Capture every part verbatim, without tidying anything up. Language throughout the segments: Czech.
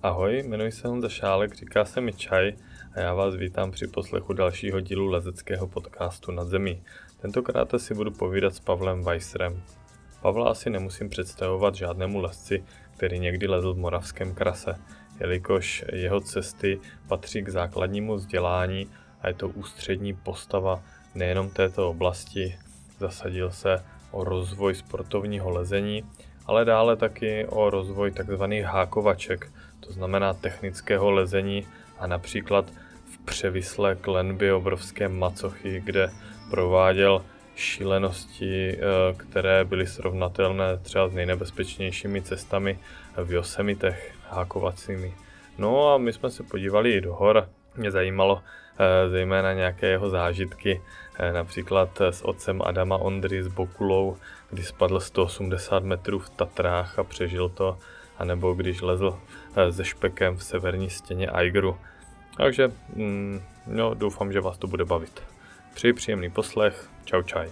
Ahoj, jmenuji se Honza Šálek, říká se mi Čaj a já vás vítám při poslechu dalšího dílu lezeckého podcastu Nad zemí. Tentokrát si budu povídat s Pavlem Weisserem. Pavla asi nemusím představovat žádnému lezci, který někdy lezl v Moravském krase, jelikož jeho cesty patří k základnímu vzdělání a je to ústřední postava nejenom této oblasti. Zasadil se o rozvoj sportovního lezení, ale dále taky o rozvoj tzv. Hákovaček, to znamená technického lezení a například v převislé klenbě obrovské macochy, kde prováděl šílenosti, které byly srovnatelné třeba s nejnebezpečnějšími cestami v Yosemitech hákovacími. No a my jsme se podívali i do hor. Mě zajímalo zejména nějaké jeho zážitky, například s otcem Adama Ondry s Bokulou, kdy spadl sto osmdesát metrů v Tatrách a přežil to, anebo když lezl se Špekem v severní stěně Aigru. Takže mm, no, doufám, že vás to bude bavit. Přeji příjemný poslech. Čau čaj.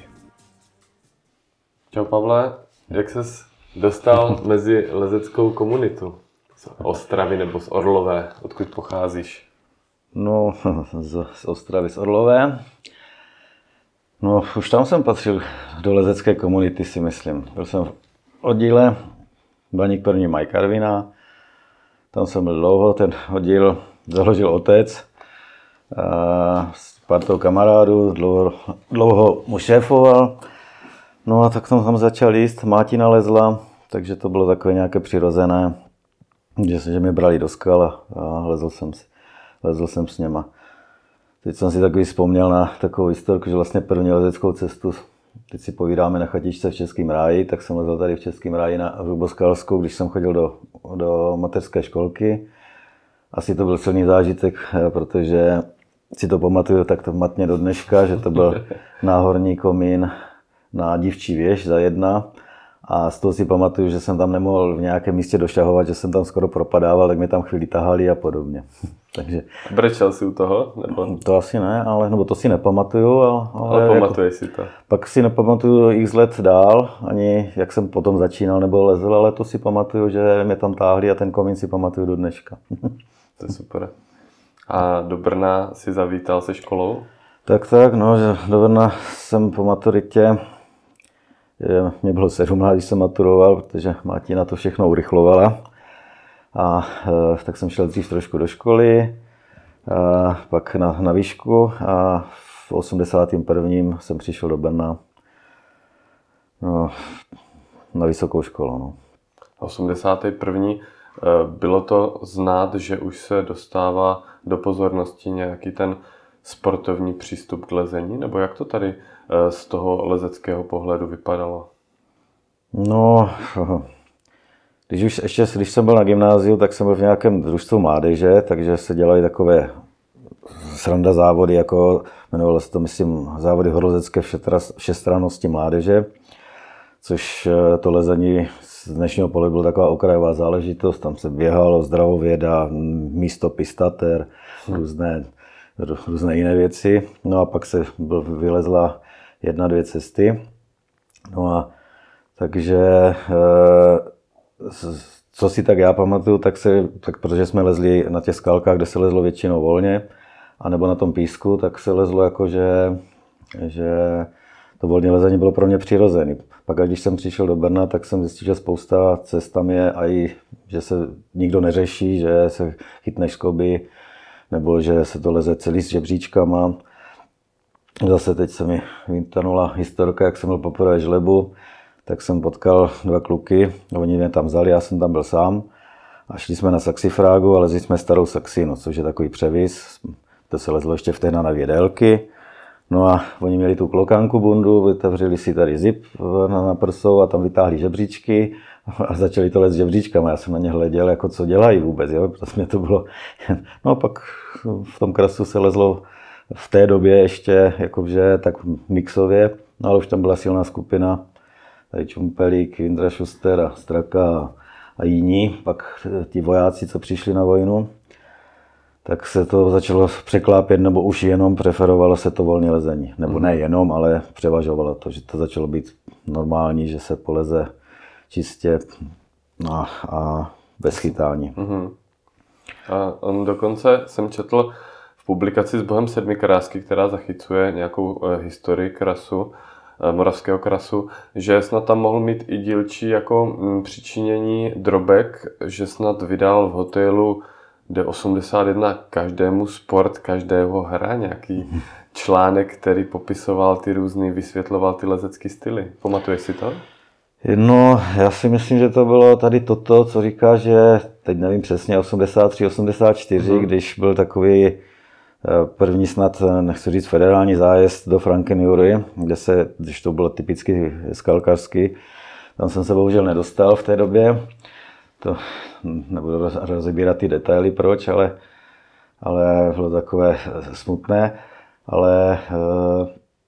Čau Pavle, jak ses dostal mezi lezeckou komunitu? Z Ostravy nebo z Orlové, odkud pocházíš? No, z, z Ostravy, z Orlové. No, už tam jsem patřil do lezecké komunity, si myslím. Byl jsem v oddíle Baník první Maj Karviná. Tam jsem byl dlouho, ten oddíl založil otec. A s partou kamarádů, dlouho, dlouho mu šéfoval. No a tak jsem tam začal jíst, Mátina lezla, takže to bylo takové nějaké přirozené, že, že mě brali do skal a, a lezl jsem si. Lezl jsem s něma. Teď jsem si takový vzpomněl na takovou historku, že vlastně první lezeckou cestu, teď si povídáme na chatičce v Českém ráji, tak jsem lezl tady v Českém ráji na Hruboskalskou, když jsem chodil do, do mateřské školky. Asi to byl silný zážitek, protože si to pamatuju tak to matně do dneška, že to byl náhorní komín na Dívčí věž za jedna. A z toho si pamatuju, že jsem tam nemohl v nějakém místě došahovat, že jsem tam skoro propadával, tak mě tam chvíli tahali a podobně. Takže brečel jsi u toho? Nebo? To asi ne, ale nebo to si nepamatuju. Ale, ale pamatuješ jako, si to? Pak si nepamatuju x let dál, ani jak jsem potom začínal nebo lezl, ale to si pamatuju, že mě tam táhli a ten komín si pamatuju do dneška. To je super. A do Brna si zavítal se školou? Tak tak, no, že do Brna jsem po maturitě. Mě bylo sedmnáct, když jsem maturoval, protože Mátina to všechno urychlovala. A e, tak jsem šel dřív trošku do školy, a pak na, na výšku a v osmdesátém prvním jsem přišel do Brna no, na vysokou školu. No. osmdesátém prvním bylo to znát, že už se dostává do pozornosti nějaký ten sportovní přístup k lezení, nebo jak to tady z toho lezeckého pohledu vypadalo? No, když už ještě, když jsem byl na gymnáziu, tak jsem byl v nějakém družstvu mládeže, takže se dělaly takové sranda závody, jako jmenovalo se to, myslím, závody horolezecké všestrannosti mládeže, což to lezení z dnešního pohledu byla taková okrajová záležitost, tam se běhalo zdravověda, místo pistater, hmm. různé různé jiné věci. No a pak se vylezla jedna, dvě cesty. No a takže, co si tak já pamatuju, tak se, tak protože jsme lezli na těch skalkách, kde se lezlo většinou volně, anebo na tom písku, tak se lezlo jako, že, že to volné lezení bylo pro mě přirozené. Pak když jsem přišel do Brna, tak jsem zjistil, že spousta cest tam je a i, že se nikdo neřeší, že se chytneš skoby, nebo že se to leze celý s žebříčkama. Zase teď se mi vytanula historka, jak jsem byl poprvé žlebu, tak jsem potkal dva kluky, oni mě tam vzali, já jsem tam byl sám a šli jsme na saxifrágu a lezli jsme starou saxínu, což je takový převis, to se lezlo ještě vtedy na dvě délky. No a oni měli tu klokánku bundu, vytevřeli si tady zip na, na prsou a tam vytáhli žebříčky a začali to let s žebříčkama. Já jsem na ně hleděl, jako co dělají vůbec, jo? Protože mě to bylo. No a pak v tom krasu se lezlo v té době ještě, jakože tak mixově, no ale už tam byla silná skupina, tady Čumpelík, Vindra Šuster a Straka a jiní, pak ti vojáci, co přišli na vojnu, tak se to začalo překlápět, nebo už jenom preferovalo se to volné lezení. Nebo ne jenom, ale převažovalo to, že to začalo být normální, že se poleze čistě a, a bez chytání. Mm-hmm. A on dokonce jsem četl v publikaci s Bohem sedmi krásky, která zachycuje nějakou eh, historii krasu, eh, moravského krasu, že snad tam mohl mít i dílčí jako mm, přičinění drobek, že snad vydal v hotelu D osmdesát jedna každému sport, každého hra, nějaký článek, který popisoval ty různý, vysvětloval ty lezecké styly. Pamatuješ si to? No, já si myslím, že to bylo tady toto, co říká, že teď nevím přesně, osmdesát tři osmdesát čtyři, hmm. když byl takový první snad, nechci říct federální zájezd do Frankenjury, kde se, když to bylo typicky skalkařsky, tam jsem se bohužel nedostal v té době. To nebudu rozebírat ty detaily, proč, ale, ale bylo takové smutné. Ale uh,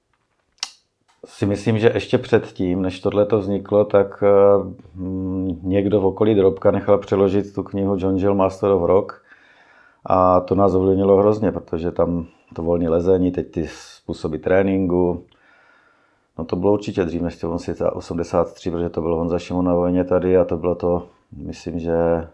si myslím, že ještě předtím, než tohleto vzniklo, tak uh, někdo v okolí Drobka nechal přeložit tu knihu John Gill Master of Rock. A to nás ovlivnilo hrozně, protože tam to volné lezení, teď ty způsoby tréninku. No to bylo určitě dřív než osmdesát tři, protože to byl Honza Šimon na vojně tady a to bylo to, myslím, že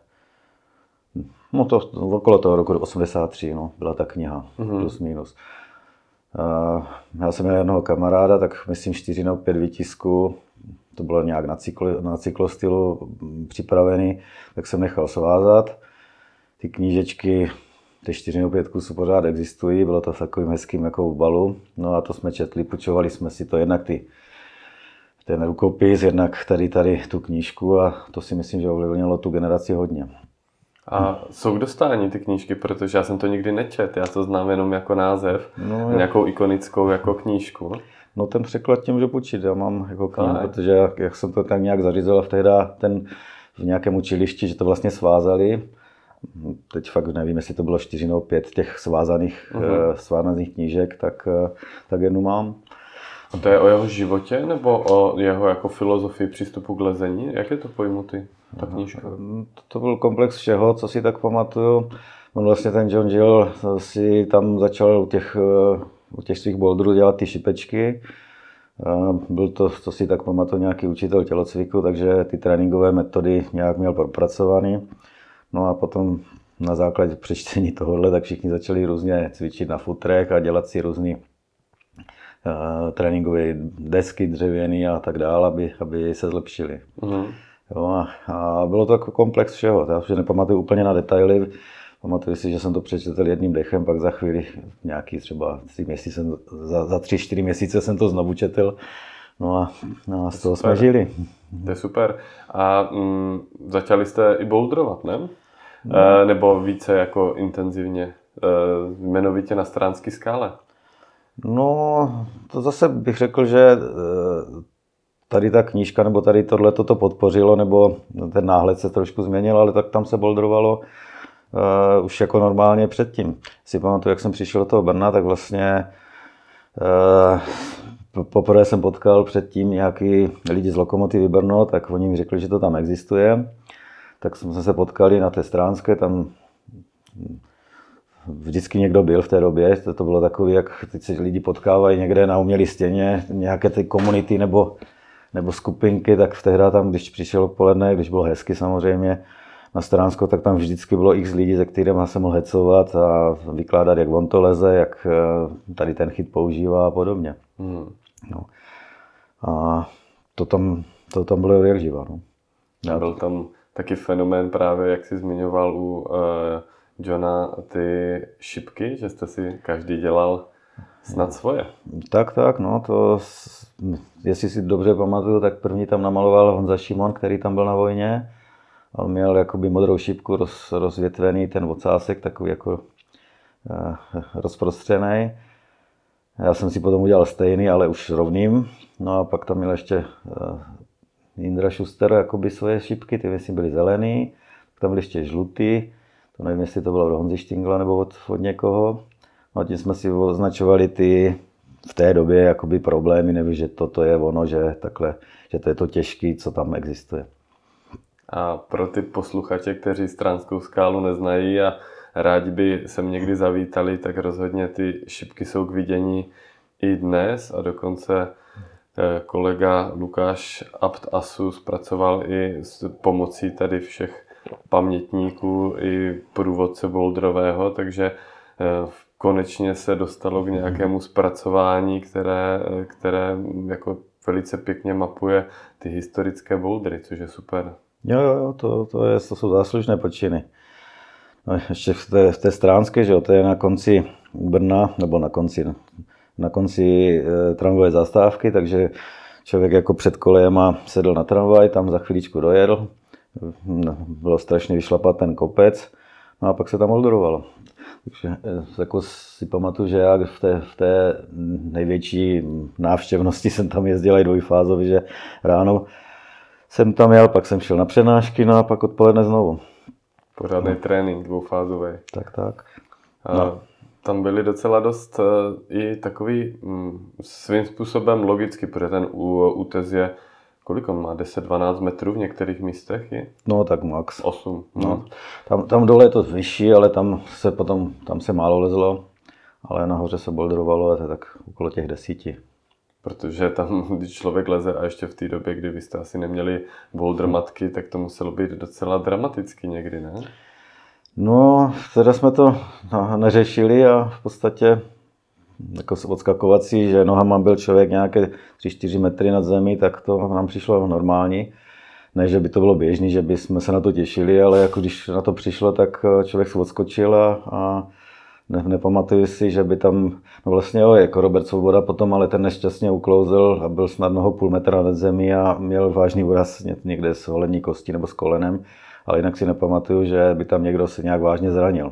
no to okolo toho roku osmdesát tři, no, byla ta kniha, mm-hmm. plus minus. Uh, já jsem měl jednoho kamaráda, tak myslím čtyři nebo pět výtisků, to bylo nějak na, cyklo, na cyklostylu připravený, tak jsem nechal svázat. Ty knížečky, ty čtyři nebo pět kusů pořád existují, bylo to v takovým hezkým jako balu, no a to jsme četli, půjčovali jsme si to jednak ty, ten rukopis, jednak tady, tady tu knížku a to si myslím, že ovlivnilo tu generaci hodně. A jsou k dostání ty knížky, protože já jsem to nikdy nečet, já to znám jenom jako název, no, nějakou ikonickou jako knížku. No ten překlad tím můžu půjčit, já mám jako knihu, protože jak, jak jsem to tak nějak zařízl v tehda ten v nějakém učilišti, že to vlastně svázali. Teď fakt nevím, jestli to bylo čtyři nebo pět těch svázaných, uh-huh. svázaných knížek, tak, tak jednu mám. A to je o jeho životě nebo o jeho jako filozofii přístupu k lezení? Jak je to pojmutý, ta knížka? To, to byl komplex všeho, co si tak pamatuju. On vlastně ten John Gill si tam začal u těch, u těch svých boulderů dělat ty šipečky. Byl to, co si tak pamatuju, nějaký učitel tělocviku, takže ty tréninkové metody nějak měl propracovaný. No a potom na základě přečtení tohohle, tak všichni začali různě cvičit na futrech a dělat si různý uh, tréninkové desky dřevěný a tak dále, aby, aby se zlepšili. Mm. Jo, a, a bylo to jako komplex všeho, já už nepamatuju úplně na detaily, pamatuju si, že jsem to přečetl jedním dechem, pak za chvíli nějaký třeba tři měsíce, za, za tři, čtyři měsíce jsem to znovu četl. No a, no a z toho jsme žili. To je super. A mm, začali jste i boulderovat, ne? No. E, nebo více jako intenzivně, e, jmenovitě na Stránské skále? No, to zase bych řekl, že tady ta knížka, nebo tady tohle to podpořilo, nebo ten náhled se trošku změnil, ale tak tam se boulderovalo uh, už jako normálně předtím. Si pamatuju, jak jsem přišel do toho Brna, tak vlastně uh, poprvé jsem potkal předtím nějaký lidi z Lokomotivy Brno, tak oni mi řekli, že to tam existuje. Tak jsme se potkali na té Stránské, tam vždycky někdo byl v té době, to, to bylo takové, jak teď se lidi potkávají někde na umělé stěně, nějaké ty komunity nebo, nebo skupinky, tak v tehdy tam, když přišel poledne, když bylo hezky samozřejmě, na Stránsko, tak tam vždycky bylo x lidí, se kterými se mohl hecovat a vykládat, jak on to leze, jak tady ten chyt používá a podobně. Hmm. No. A to tam, to tam bylo jak živa. No. Byl tam taky fenomén právě, jak jsi zmiňoval u uh, Johna, ty šipky, že jste si každý dělal snad svoje. Tak, tak, no, to, jestli si dobře pamatuju, tak první tam namaloval Honza Šimon, který tam byl na vojně. On měl jakoby modrou šipku, roz, rozvětvený ten ocásek, takový jako eh, rozprostřený. Já jsem si potom udělal stejný, ale už rovným. No a pak tam měl ještě eh, Jindra Šuster jakoby svoje šipky, ty věci byly zelený. Tam byly ještě žlutý. To nevím, jestli to bylo od Honzy Štingla nebo od, od někoho. No a tím jsme si označovali ty v té době jakoby problémy, nebo že toto je ono, že takhle, že to je to těžké, co tam existuje. A pro ty posluchače, kteří Stránskou skálu neznají a rádi by sem někdy zavítali, tak rozhodně ty šipky jsou k vidění i dnes a dokonce kolega Lukáš Abt Asu zpracoval i s pomocí tady všech pamětníků i průvodce bouldrového, takže konečně se dostalo k nějakému zpracování, které, které jako velice pěkně mapuje ty historické bouldry, což je super. Jo, jo, jo, to, to, je, to jsou záslužné počiny. No, ještě v té, v té stránské, že jo, to je na konci Brna, nebo na konci, na konci e, tramvajové zastávky, takže člověk jako před kolejema sedl na tramvaj, tam za chvíličku dojel, bylo strašně vyšlapat ten kopec, no a pak se tam bouldrovalo. Takže jako si pamatuju, že já v té, v té největší návštěvnosti jsem tam jezdil i dvojfázově, že ráno jsem tam jel, pak jsem šel na přednášky, no a pak odpoledne znovu. Pořádný no. trénink dvoufázový. Tak, tak. No. A tam byly docela dost i takový m, svým způsobem logicky, protože ten útez je, kolik on má, deset dvanáct metrů v některých místech je? No tak max. osm. No. Tam, tam dole je to vyšší, ale tam se potom, tam se málo lezlo, ale nahoře se bouldrovalo a to je tak okolo těch desíti. Protože tam, když člověk leze a ještě v té době, kdy vy jste asi neměli boulder matky, tak to muselo být docela dramaticky někdy, ne? No, teda jsme to neřešili a v podstatě jako odskakovací, že nohama byl člověk nějaké tři čtyři metry nad zemí, tak to nám přišlo normální. Ne, že by to bylo běžný, že by jsme se na to těšili, ale jako když na to přišlo, tak člověk se odskočil a, a ne, nepamatuju si, že by tam, no vlastně jo, jako Robert Svoboda potom, ale ten nešťastně uklouzl a byl snad noho půl metra nad zemí a měl vážný úraz někde s holenní kostí nebo s kolenem, ale jinak si nepamatuju, že by tam někdo se nějak vážně zranil.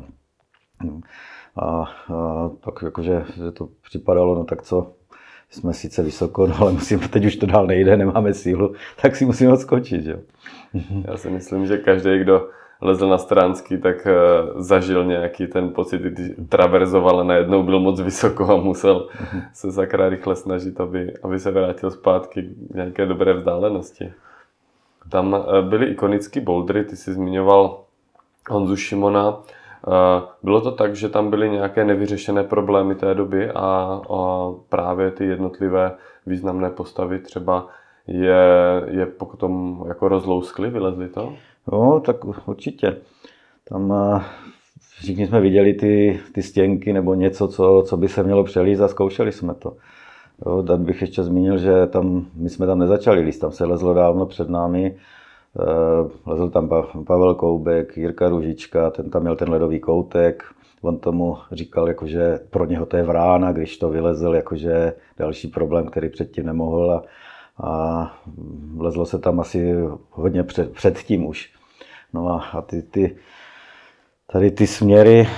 A, a tak jakože že to připadalo, no tak co, jsme sice vysoko, no ale musím, teď už to dál nejde, nemáme sílu, tak si musíme odskočit, jo. Já si myslím, že každý, kdo lezl na Stránský, tak uh, zažil nějaký ten pocit, když traverzoval a najednou byl moc vysoko a musel se sakra rychle snažit, aby, aby se vrátil zpátky k nějaké dobré vzdálenosti. Tam uh, byly ikonické bouldry, ty jsi zmiňoval Honzu Šimona. Uh, bylo to tak, že tam byly nějaké nevyřešené problémy té doby a, a právě ty jednotlivé významné postavy třeba je, je potom jako rozlouskly, vylezli to? No, tak určitě. Tam všichni jsme viděli ty, ty stěnky nebo něco, co, co by se mělo přelízt a zkoušeli jsme to. Jo, tak bych ještě zmínil, že tam, my jsme tam nezačali líst, tam se lezlo dávno před námi. Lezl tam Pavel Koubek, Jirka Růžička, ten tam měl ten ledový koutek. On tomu říkal, jakože pro něho to je vrána, když to vylezl, jakože další problém, který předtím nemohl. A, a lezlo se tam asi hodně před, předtím už. No a, a ty, ty, tady ty směry,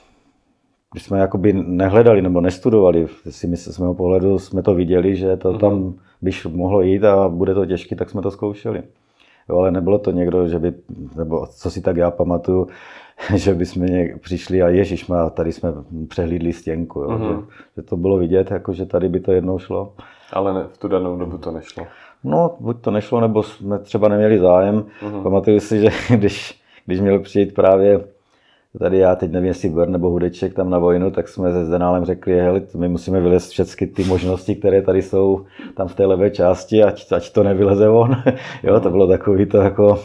když jsme jakoby nehledali nebo nestudovali, si my z mého pohledu jsme to viděli, že to tam byš mohlo jít a bude to těžké, tak jsme to zkoušeli. Jo, ale nebylo to někdo, že by, nebo co si tak já pamatuju, že by jsme přišli a ježišma, tady jsme přehlídli stěnku. Jo, mm-hmm. že, že to bylo vidět, jako, že tady by to jednou šlo. Ale ne, v tu danou dobu to nešlo. No, buď to nešlo, nebo jsme třeba neměli zájem. Mm-hmm. Pamatuju si, že když, když měl přijít právě tady já teď nevím, jestli Br nebo Hudeček tam na vojnu, tak jsme se Zdenálem řekli, hele, my musíme vylézt všechny ty možnosti, které tady jsou tam v té levé části, ať, ať to nevyleze on. Jo, to bylo takový to jako,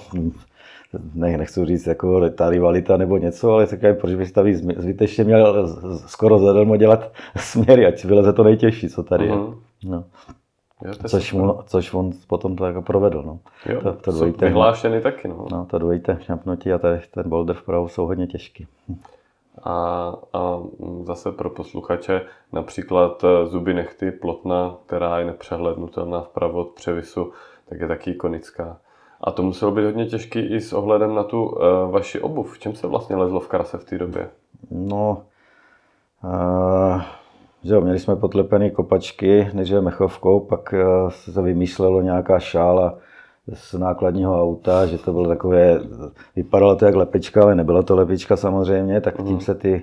ne, nechci říct jako ta rivalita nebo něco, ale říkám, proč bych tady zbytečně měl skoro zadarmo dělat směry, ať vyleze to nejtěžší, co tady je. No. Jo, což, mu, což on potom to jako provedl. No. Jo, to, to dvojité, vyhlášený taky. No. No, to dvojité šampnutí a tady ten boulder vpravo jsou hodně těžký. A, a zase pro posluchače například Zuby nechty, plotna, která je nepřehlednutelná vpravo od převisu, tak je taky ikonická. A to muselo být hodně těžký i s ohledem na tu uh, vaši obuv. V čem se vlastně lezlo v krase v té době? No, uh... Že jo, měli jsme potlepené kopačky, nejdříve mechovkou, pak se vymýšlelo nějaká šála z nákladního auta, že to bylo takové, vypadalo to jak lepička, ale nebylo to lepička samozřejmě, tak tím se ty,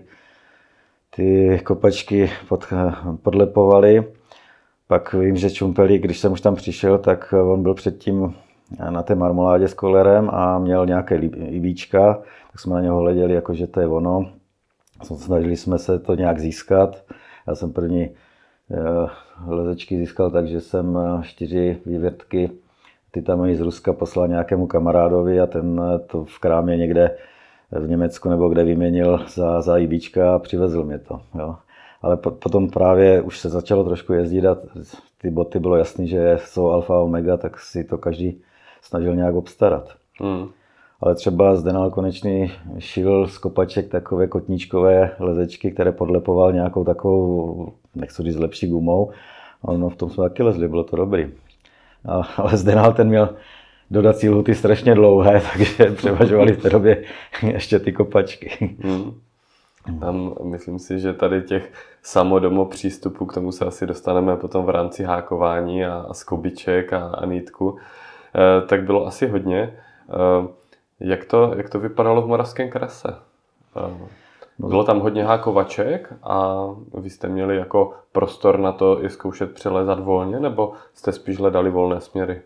ty kopačky pod, podlepovaly. Pak vím, že Čumpelík, když jsem už tam přišel, tak on byl předtím na té marmoládě s kolerem a měl nějaké libíčka, tak jsme na něho hleděli, jako že to je ono. Snažili jsme se to nějak získat. Já jsem první lezečky získal tak, že jsem čtyři vývěrtky ty tam z Ruska poslal nějakému kamarádovi a ten to v krámě někde v Německu nebo kde vyměnil za, za IBčka a přivezl mě to. Jo. Ale po, potom právě už se začalo trošku jezdit a ty boty bylo jasný, že jsou alfa a omega, tak si to každý snažil nějak obstarat. Hmm. Ale třeba Zdenal Konečný šil z kopaček takové kotníčkové lezečky, které podlepoval nějakou takovou, nechci říct lepší gumou. A no, v tom jsme taky lezli, bylo to dobrý. A, ale Zdenal ten měl dodací lhuty strašně dlouhé, takže převažovali v té době ještě ty kopačky. Hmm. Tam myslím si, že tady těch samodomo přístupů, k tomu se asi dostaneme potom v rámci hákování a, a skobiček a, a nýtku, e, tak bylo asi hodně. E, jak, to, jak to vypadalo v Moravském krese? E, bylo tam hodně hákovaček a vy jste měli jako prostor na to je zkoušet přelézat volně, nebo jste spíš hledali volné směry?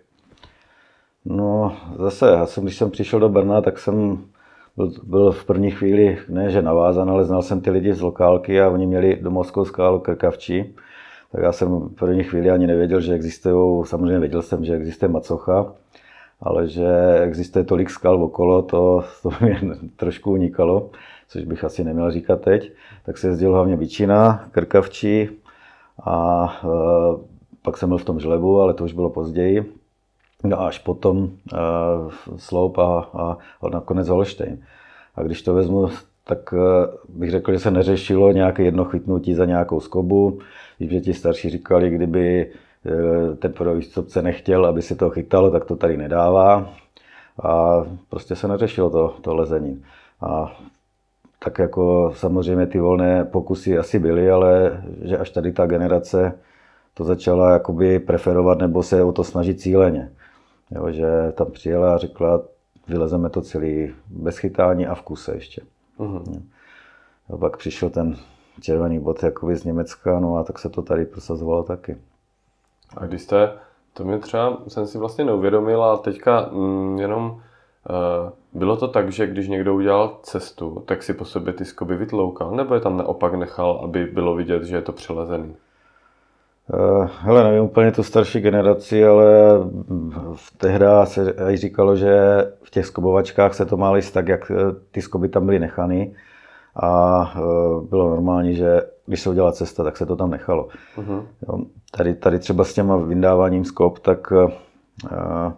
No zase, já jsem, když jsem přišel do Brna, tak jsem byl, byl v první chvíli, ne že navázan, ale znal jsem ty lidi z lokálky a oni měli domovskou skálu Krkavčí. Tak já jsem v první chvíli ani nevěděl, že existují, samozřejmě věděl jsem, že existuje macocha, ale že existuje tolik skal okolo, to, to mě trošku unikalo, což bych asi neměl říkat teď. Tak se jezdil hlavně Vyčina, Krkavčí a e, pak jsem byl v tom Žlebu, ale to už bylo později. No až potom uh, Sloup a, a, a nakonec Holštejn. A když to vezmu, tak uh, bych řekl, že se neřešilo nějaké jedno chytnutí za nějakou skobu. Když že ti starší říkali, kdyby uh, ten prvovýstupce nechtěl, aby se to chytalo, tak to tady nedává. A prostě se neřešilo to, to lezení. A tak jako samozřejmě ty volné pokusy asi byly, ale že až tady ta generace to začala jakoby preferovat nebo se o to snažit cíleně. Jo, že tam přijela a řekla, vylezeme to celý bez chytání a v kuse ještě. Uh-huh. A pak přišel ten červený bod jakoby z Německa, no a tak se to tady prosazovalo taky. A když jste, to mě třeba, jsem si vlastně neuvědomil a teďka mm, jenom uh, bylo to tak, že když někdo udělal cestu, tak si po sobě ty skoby vytloukal, nebo je tam naopak nechal, aby bylo vidět, že je to přelezený? Hele, nevím úplně tu starší generaci, ale v tehdy se aj říkalo, že v těch skobovačkách se to má líst tak, jak ty skoby tam byly nechány a bylo normální, že když se udělala cesta, tak se to tam nechalo. Uh-huh. Jo, tady, tady třeba s těma vyndáváním skob, tak a,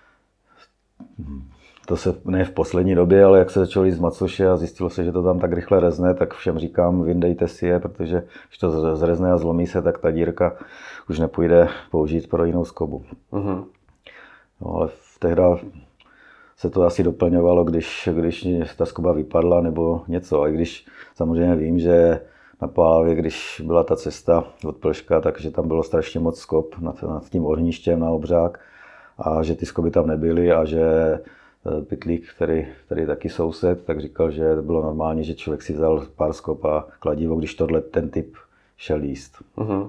to se ne v poslední době, ale jak se začalo jít z macoše a zjistilo se, že to tam tak rychle rezne, tak všem říkám, vyndejte si je, protože když to zrezne a zlomí se, tak ta dírka už nepůjde použít pro jinou skobu. Uh-huh. No, ale v tehdy se to asi doplňovalo, když, když ta skoba vypadla nebo něco. A i když samozřejmě vím, že na Pálavě, když byla ta cesta od Plška, takže tam bylo strašně moc skob nad, nad tím ohništěm na Obřák a že ty skoby tam nebyly a že Pytlík, který, který taky soused, tak říkal, že bylo normální, že člověk si vzal pár skop a kladivo, když tohle ten typ šel jíst. Uh-huh.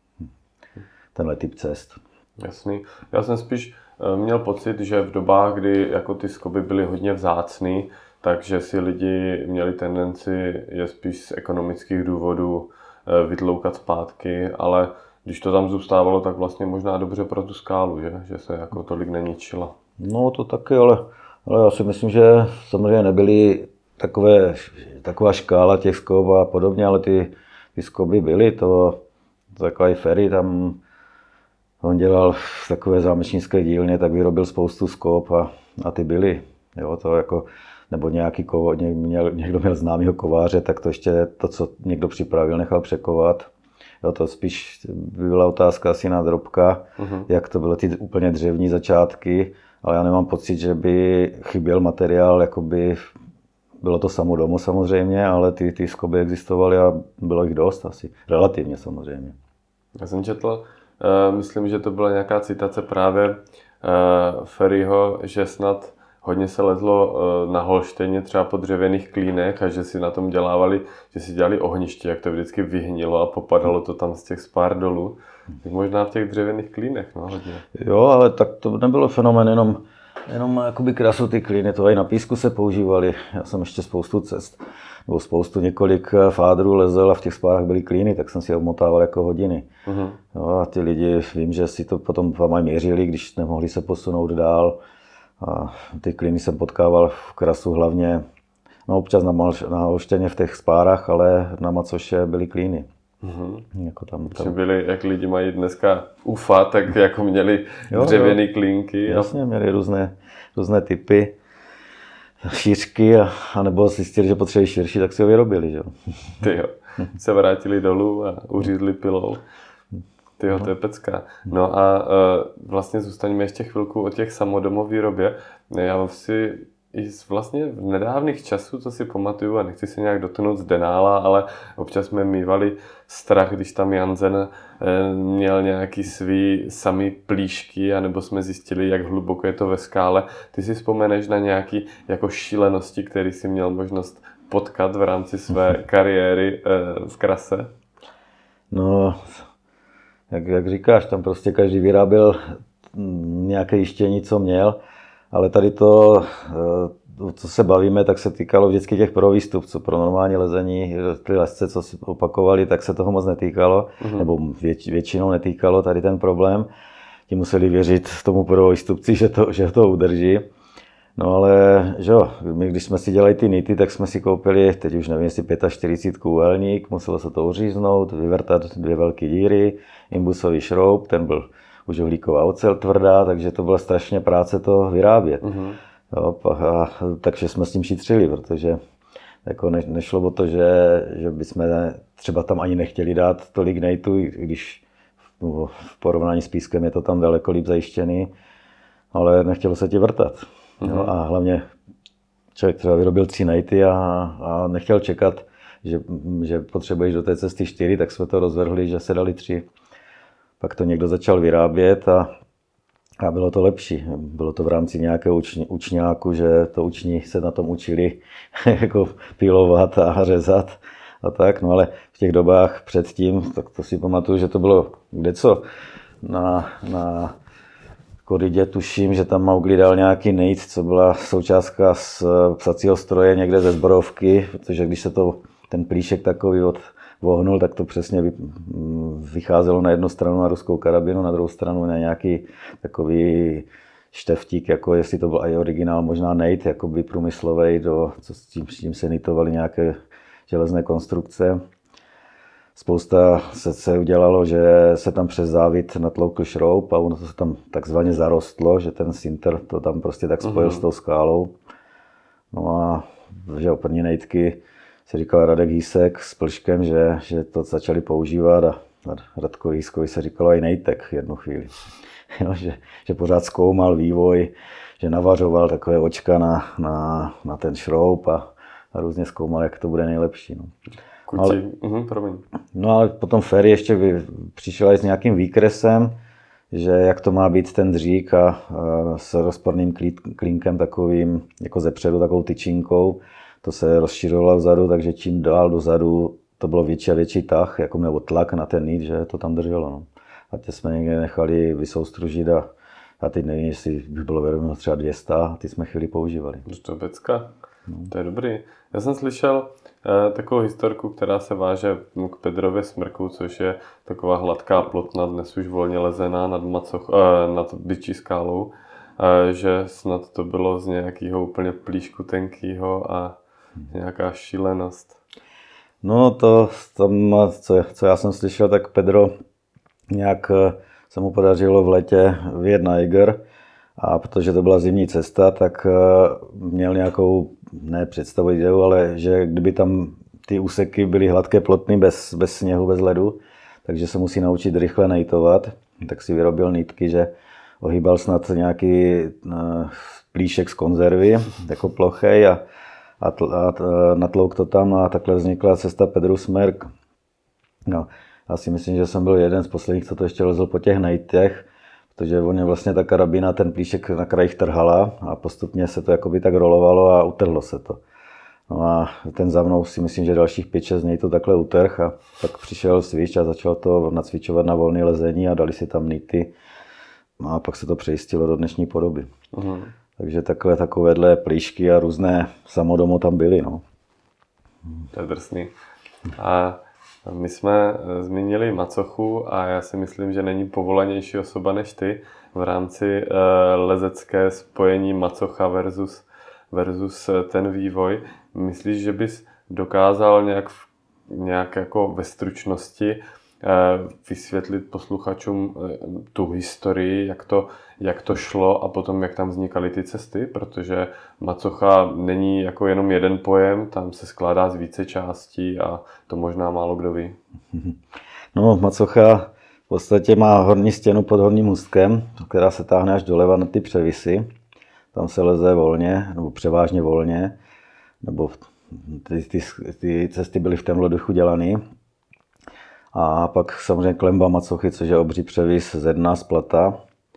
Tenhle typ cest. Jasný. Já jsem spíš měl pocit, že v dobách, kdy jako ty skoby byly hodně vzácný, takže si lidi měli tendenci je spíš z ekonomických důvodů vytloukat zpátky, ale když to tam zůstávalo, tak vlastně možná dobře pro tu skálu, že, že se jako tolik neničila. No to taky, ale, ale já si myslím, že samozřejmě nebyly takové, taková škála těch skob a podobně, ale ty, ty skoby byly, to takový Ferry tam, on dělal v takové zámečnické dílně, tak vyrobil spoustu skob a, a ty byly, jo, to jako, nebo nějaký kovo, měl, někdo měl známýho kováře, tak to ještě to, co někdo připravil, nechal překovat. Jo, to spíš by byla otázka asi na Drobka, uh-huh. jak to byly ty úplně dřevní začátky, ale já nemám pocit, že by chyběl materiál, jakoby bylo to samodomo samozřejmě, ale ty, ty skoby existovaly a bylo jich dost asi, relativně samozřejmě. Já jsem četl, uh, myslím, že to byla nějaká citace právě uh, Ferryho, že snad hodně se lezlo na Holštejně třeba po dřevěných klínech a že si na tom dělávali, že si dělali ohniště, jak to vždycky vyhnilo a popadalo to tam z těch spár dolů. Tak možná v těch dřevěných klínech, no hodně. Jo, ale tak to nebylo fenomén jenom Jenom jakoby krasu ty klíny, to i na písku se používaly. Já jsem ještě spoustu cest, nebo spoustu několik fádrů lezel a v těch spárách byly klíny, tak jsem si obmotával jako hodiny. Uh-huh. No a ty lidi, vím, že si to potom vám měřili, když nemohli se posunout dál. A ty klíny jsem potkával v krasu hlavně, no občas na, malš, na holštěně v těch spárách, ale na macoše byly klíny. Mm-hmm. Jako tam, tam. Že byli, jak lidi mají dneska U F A, tak jako měli dřevěné klínky. Jasně, měli různé, různé typy, šířky, a, a nebo zjistili, že potřebují širší, tak si ho vyrobili. Že? Tyjo, se vrátili dolů a uřízli pilou. Tyjo, to je pecka. No a uh, vlastně zůstaňme ještě chvilku o těch samodomovýrobě. Já si i z vlastně v nedávných časů, co si pamatuju, a nechci se nějak dotknout z denála, ale občas jsme mívali strach, když tam Janzen eh, měl nějaký svý samý plíšky, anebo jsme zjistili, jak hluboko je to ve skále. Ty si vzpomeneš na nějaký jako šílenosti, které jsi měl možnost potkat v rámci své kariéry eh, v krase? No, jak, jak říkáš, tam prostě každý vyráběl nějaké jištění, co měl. Ale tady to, co se bavíme, tak se týkalo vždycky těch pro výstupců. Pro normální lezení, ty lesce, co si opakovali, tak se toho moc netýkalo, mm-hmm. nebo věč, většinou netýkalo tady ten problém. Ti museli věřit tomu pro výstupci, že to, že to udrží. No ale, že jo, my když jsme si dělali ty nity, tak jsme si koupili, teď už nevím, jestli čtyřicet pět úhelník, muselo se to uříznout, vyvrtat dvě velké díry, imbusový šroub, ten byl už uhlíková ocel tvrdá, takže to byla strašně práce to vyrábět. Mm-hmm. Jo, a, takže jsme s tím šetřili, protože jako ne, nešlo o to, že, že bychom třeba tam ani nechtěli dát tolik nejtu, když v, v porovnání s pískem je to tam daleko líp zajištěný, ale nechtělo se ti vrtat. Mm-hmm. Jo, a hlavně člověk třeba vyrobil tři nejty a, a nechtěl čekat, že, že potřebuješ do té cesty čtyři, tak jsme to rozvrhli, že se dali tři. Pak to někdo začal vyrábět a, a bylo to lepší. Bylo to v rámci nějakého učň, učňáku, že to uční se na tom učili jako pilovat a řezat a tak. No ale v těch dobách předtím, tak to si pamatuju, že to bylo kdeco. Na, na Koridě tuším, že tam Mowgli dal nějaký nejt, co byla součástka z psacího stroje někde ze Zborovky, protože když se to, ten plíšek takový od vohnul, tak to přesně vycházelo na jednu stranu na ruskou karabinu, na druhou stranu na nějaký takový šteftík, jako jestli to byl i originál, možná nejt, jakoby průmyslovej, do, co s tím, s tím se nitovaly nějaké železné konstrukce. Spousta se, se udělalo, že se tam přes závit natloukl šroub a ono to se tam takzvaně zarostlo, že ten sinter to tam prostě tak spojil uh-huh. s tou skálou. No a že o první nejtky se říkal Radek Hýsek s Plškem, že, že to začali používat a Radko Hýskovi se říkalo i nejtek jednu chvíli. Jo, že, že pořád zkoumal vývoj, že navařoval takové očka na, na, na ten šroub a, a různě zkoumal, jak to bude nejlepší. No. Ale, uhum, promiň. No ale potom Ferry ještě vy, přišel i s nějakým výkresem, že jak to má být ten dřík a, a s rozporným klínkem takovým, jako zepředu, takovou tyčinkou. To se rozšiřovalo vzadu, takže čím dál dozadu to bylo větší a větší tah, jako nebo tlak na ten nit, že to tam drželo. No. A ty jsme někde nechali vysoustružit a, a teď nevím, jestli by bylo vědomo třeba dvě stě a ty jsme chvíli používali. To je pecka. No. To je dobrý. Já jsem slyšel eh, takovou historku, která se váže k Pedrově smrku, což je taková hladká plotna, dnes už volně lezená nad, macoch, eh, nad Byčí skálou, eh, že snad to bylo z nějakého úplně plíšku tenkýho a nějaká šílenost. No to tam, co, co já jsem slyšel, tak Pedro nějak se mu podařilo v létě vyjet na Eiger a protože to byla zimní cesta, tak měl nějakou, ne představu ideu, ale že kdyby tam ty úseky byly hladké, plotny, bez, bez sněhu, bez ledu, takže se musí naučit rychle nejtovat, tak si vyrobil nitky, že ohýbal snad nějaký plíšek z konzervy, jako plochej a a, tl, a t, natlouk to tam a takhle vznikla cesta Pedrův smrk. No, já si myslím, že jsem byl jeden z posledních, co to ještě lezl po těch nejtech, protože on vlastně ta karabína, ten plíšek na krajích trhala a postupně se to jakoby tak rolovalo a utrhlo se to. No a ten za mnou si myslím, že dalších pět šest dní to takhle utrh a pak přišel switch a začal to nacvičovat na volné lezení a dali si tam nity. No a pak se to přejistilo do dnešní podoby. Uh-huh. Takže takhle takovéhle plíšky a různé samodomo tam byly. No. To je drsný. A my jsme zmínili macochu a já si myslím, že není povolanější osoba než ty v rámci uh, lezecké spojení macocha versus, versus ten vývoj. Myslíš, že bys dokázal nějak, nějak jako ve stručnosti uh, vysvětlit posluchačům uh, tu historii, jak to, jak to šlo a potom jak tam vznikaly ty cesty? Protože macocha není jako jenom jeden pojem, tam se skládá z více částí a to možná málo kdo ví. No, macocha v podstatě má horní stěnu pod horním můstkem, která se táhne až doleva na ty převisy. Tam se leze volně, nebo převážně volně, nebo ty, ty, ty cesty byly v tomhle duchu dělané. A pak samozřejmě klemba macochy, což je obří převis ze dna z plata.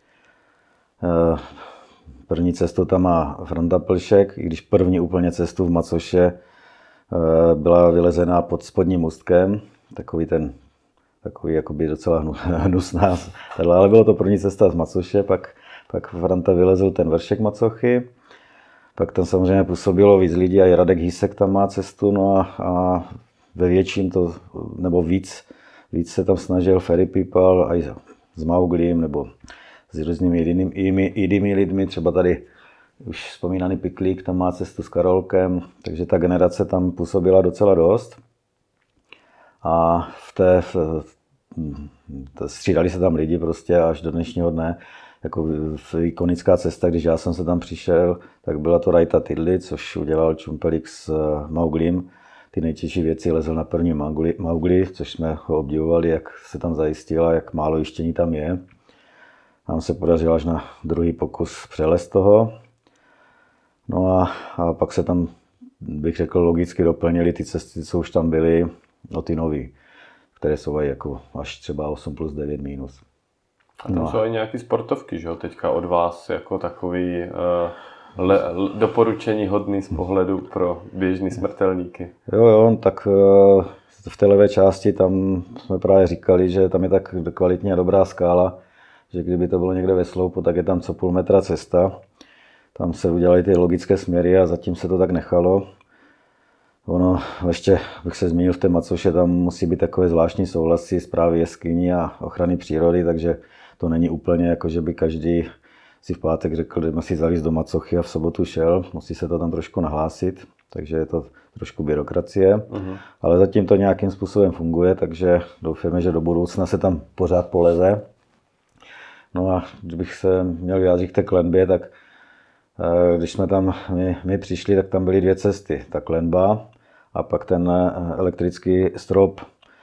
První cestu tam má Franta Plšek, i když první úplně cestu v macoše byla vylezená pod spodním můstkem, takový ten, takový jakoby docela hnusná, ale bylo to první cesta z macoše, pak, pak Franta vylezl ten vršek macochy, pak tam samozřejmě působilo víc lidí a i Radek Hýsek tam má cestu, no a, a ve větším to, nebo víc, víc se tam snažil Ferry People a i s Mauglim, nebo s různými jinými, jinými lidmi, třeba tady už vzpomínaný Piklík, tam má cestu s Karolkem, takže ta generace tam působila docela dost. A v té, v, v, střídali se tam lidi prostě až do dnešního dne. Jako ikonická cesta, když já jsem se tam přišel, tak byla to Rajta Tidli, což udělal Čumpelík s Mauglim. Ty nejtěžší věci lezl na první Maugli, Maugli, což jsme ho obdivovali, jak se tam zajistila, jak málo jištění tam je. Nám se podařilo až na druhý pokus přelez toho. No a, a pak se tam, bych řekl, logicky doplnili ty cesty, co už tam byly, no ty nový, které jsou jako až třeba osm plus devět minus. A tam no. jsou i nějaké sportovky, že jo, teďka od vás jako takový uh, le, doporučení hodný z pohledu pro běžný smrtelníky. Jo, jo, tak uh, v té levé části tam jsme právě říkali, že tam je tak kvalitně a dobrá skála, že kdyby to bylo někde ve sloupu, tak je tam co půl metra cesta. Tam se udělaly ty logické směry a zatím se to tak nechalo. Ono, ještě bych se zmínil v té macoše, tam musí být takové zvláštní souhlasy správy jeskyní a ochrany přírody, takže to není úplně jako, že by každý si v pátek řekl, že musí zalízt do macochy a v sobotu šel. Musí se to tam trošku nahlásit, takže je to trošku byrokracie. Uh-huh. Ale zatím to nějakým způsobem funguje, takže doufáme, že do budoucna se tam pořád poleze. No a kdybych se měl vyjádřit k té klenbě, tak když jsme tam my, my přišli, tak tam byly dvě cesty. Ta klenba a pak ten elektrický strop.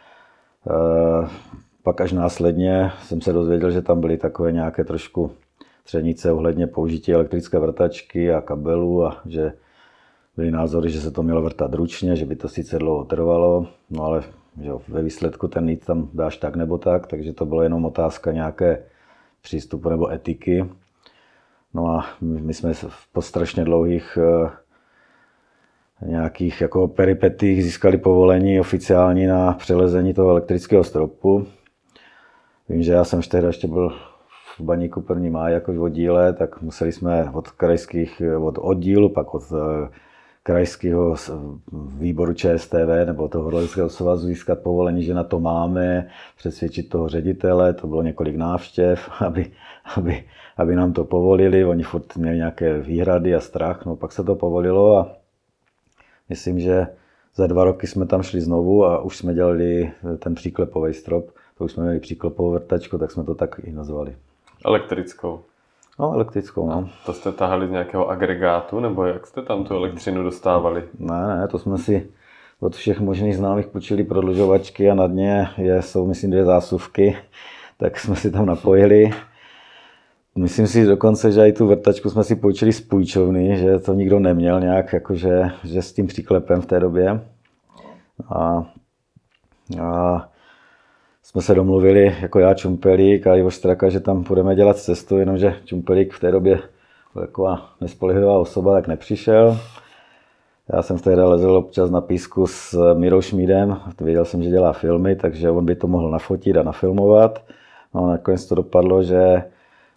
Pak až následně jsem se dozvěděl, že tam byly takové nějaké trošku třenice ohledně použití elektrické vrtačky a kabelů a že byly názory, že se to mělo vrtat ručně, že by to sice dlouho trvalo, no ale že ve výsledku ten nit tam dáš tak nebo tak, takže to bylo jenom otázka nějaké přístupu nebo etiky. No a my jsme po strašně dlouhých nějakých jako peripetích získali povolení oficiální na přelezení toho elektrického stropu. Vím, že já jsem tehdy ještě byl v Baníku první máj jako v oddíle, tak museli jsme od krajských, od oddílu, pak od krajského výboru ČSTV nebo toho Horleckého svazu získat povolení, že na to máme, přesvědčit toho ředitele, to bylo několik návštěv, aby, aby, aby nám to povolili, oni furt měli nějaké výhrady a strach, no pak se to povolilo a myslím, že za dva roky jsme tam šli znovu a už jsme dělali ten příklepový strop, to už jsme měli příklepovou vrtačku, tak jsme to tak i nazvali. Elektrickou? No, elektrickou, no. To jste tahali z nějakého agregátu, nebo jak jste tam tu elektřinu dostávali? Ne, ne, to jsme si od všech možných známých půjčili prodlužovačky a na dně je, jsou, myslím, dvě zásuvky, tak jsme si tam napojili. Myslím si dokonce, že i tu vrtačku jsme si půjčili z půjčovny, že to nikdo neměl nějak, jakože, že s tím příklepem v té době. A, a jsme se domluvili, jako já, Čumpelík a Ivo Straka, že tam budeme dělat cestu, jenomže Čumpelík v té době byl taková nespolehlivá osoba, tak nepřišel. Já jsem v té hře lezl občas na písku s Mirou Šmídem, věděl jsem, že dělá filmy, takže on by to mohl nafotit a nafilmovat. No a nakonec to dopadlo, že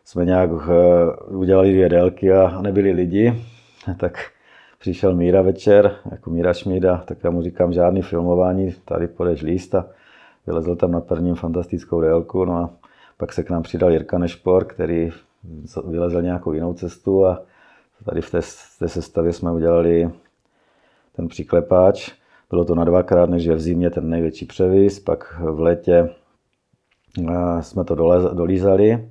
jsme nějak udělali dvě délky a nebyli lidi, tak přišel Míra večer, jako Míra Šmída, tak já mu říkám žádný filmování, tady půjdeš líst a vylezl tam na prvním fantastickou délku, no a pak se k nám přidal Jirka Nešpor, který vylezl nějakou jinou cestu a tady v té, v té sestavě jsme udělali ten přiklepáč. Bylo to na dvakrát, než je v zimě ten největší převis, pak v létě jsme to dole, dolízali.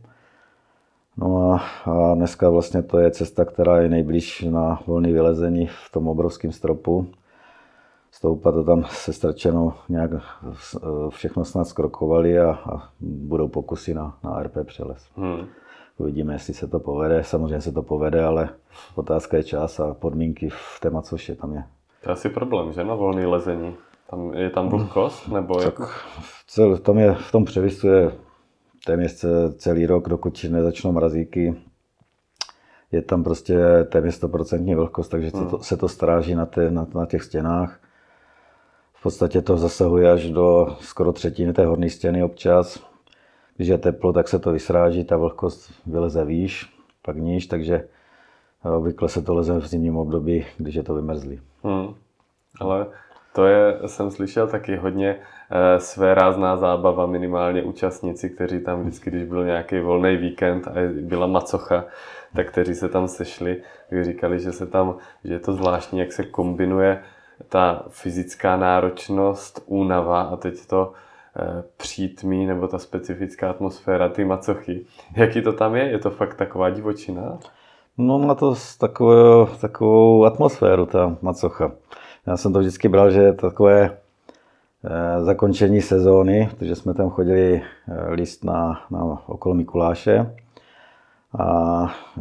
No a, a dneska vlastně to je cesta, která je nejblíž na volné vylezení v tom obrovském stropu. Stoupá to tam se strčenou, nějak všechno snad skrokovali a, a budou pokusy na, na er pé přeles. Hmm. Uvidíme, jestli se to povede. Samozřejmě se to povede, ale otázka je čas a podmínky v té Macoši tam je. To je asi problém, že na volné lezení? Tam, je tam vlhkost? Nebo tak cel, tam je, v tom převisu je téměř celý rok, dokud nezačnou mrazíky. Je tam prostě téměř sto procent vlhkost, takže hmm. to, se to stráží na, té, na, na těch stěnách. V podstatě to zasahuje až do skoro třetiny té horní stěny občas. Když je teplo, tak se to vysráží, ta vlhkost vyleze výš, pak níž, takže obvykle se to leze v zimním období, když je to vymrzlý. Hmm. Ale to je, jsem slyšel taky hodně e, svérázná zábava, minimálně účastníci, kteří tam vždycky, když byl nějaký volný víkend a byla macocha, tak kteří se tam sešli, tak říkali, že se tam, že je to zvláštní, jak se kombinuje ta fyzická náročnost, únava a teď to e, přítmí nebo ta specifická atmosféra ty macochy. Jaký to tam je? Je to fakt taková divočina? No má to takovou, takovou atmosféru ta macocha. Já jsem to vždycky bral, že je to takové e, zakončení sezóny, protože jsme tam chodili e, líst na, na okolo Mikuláše a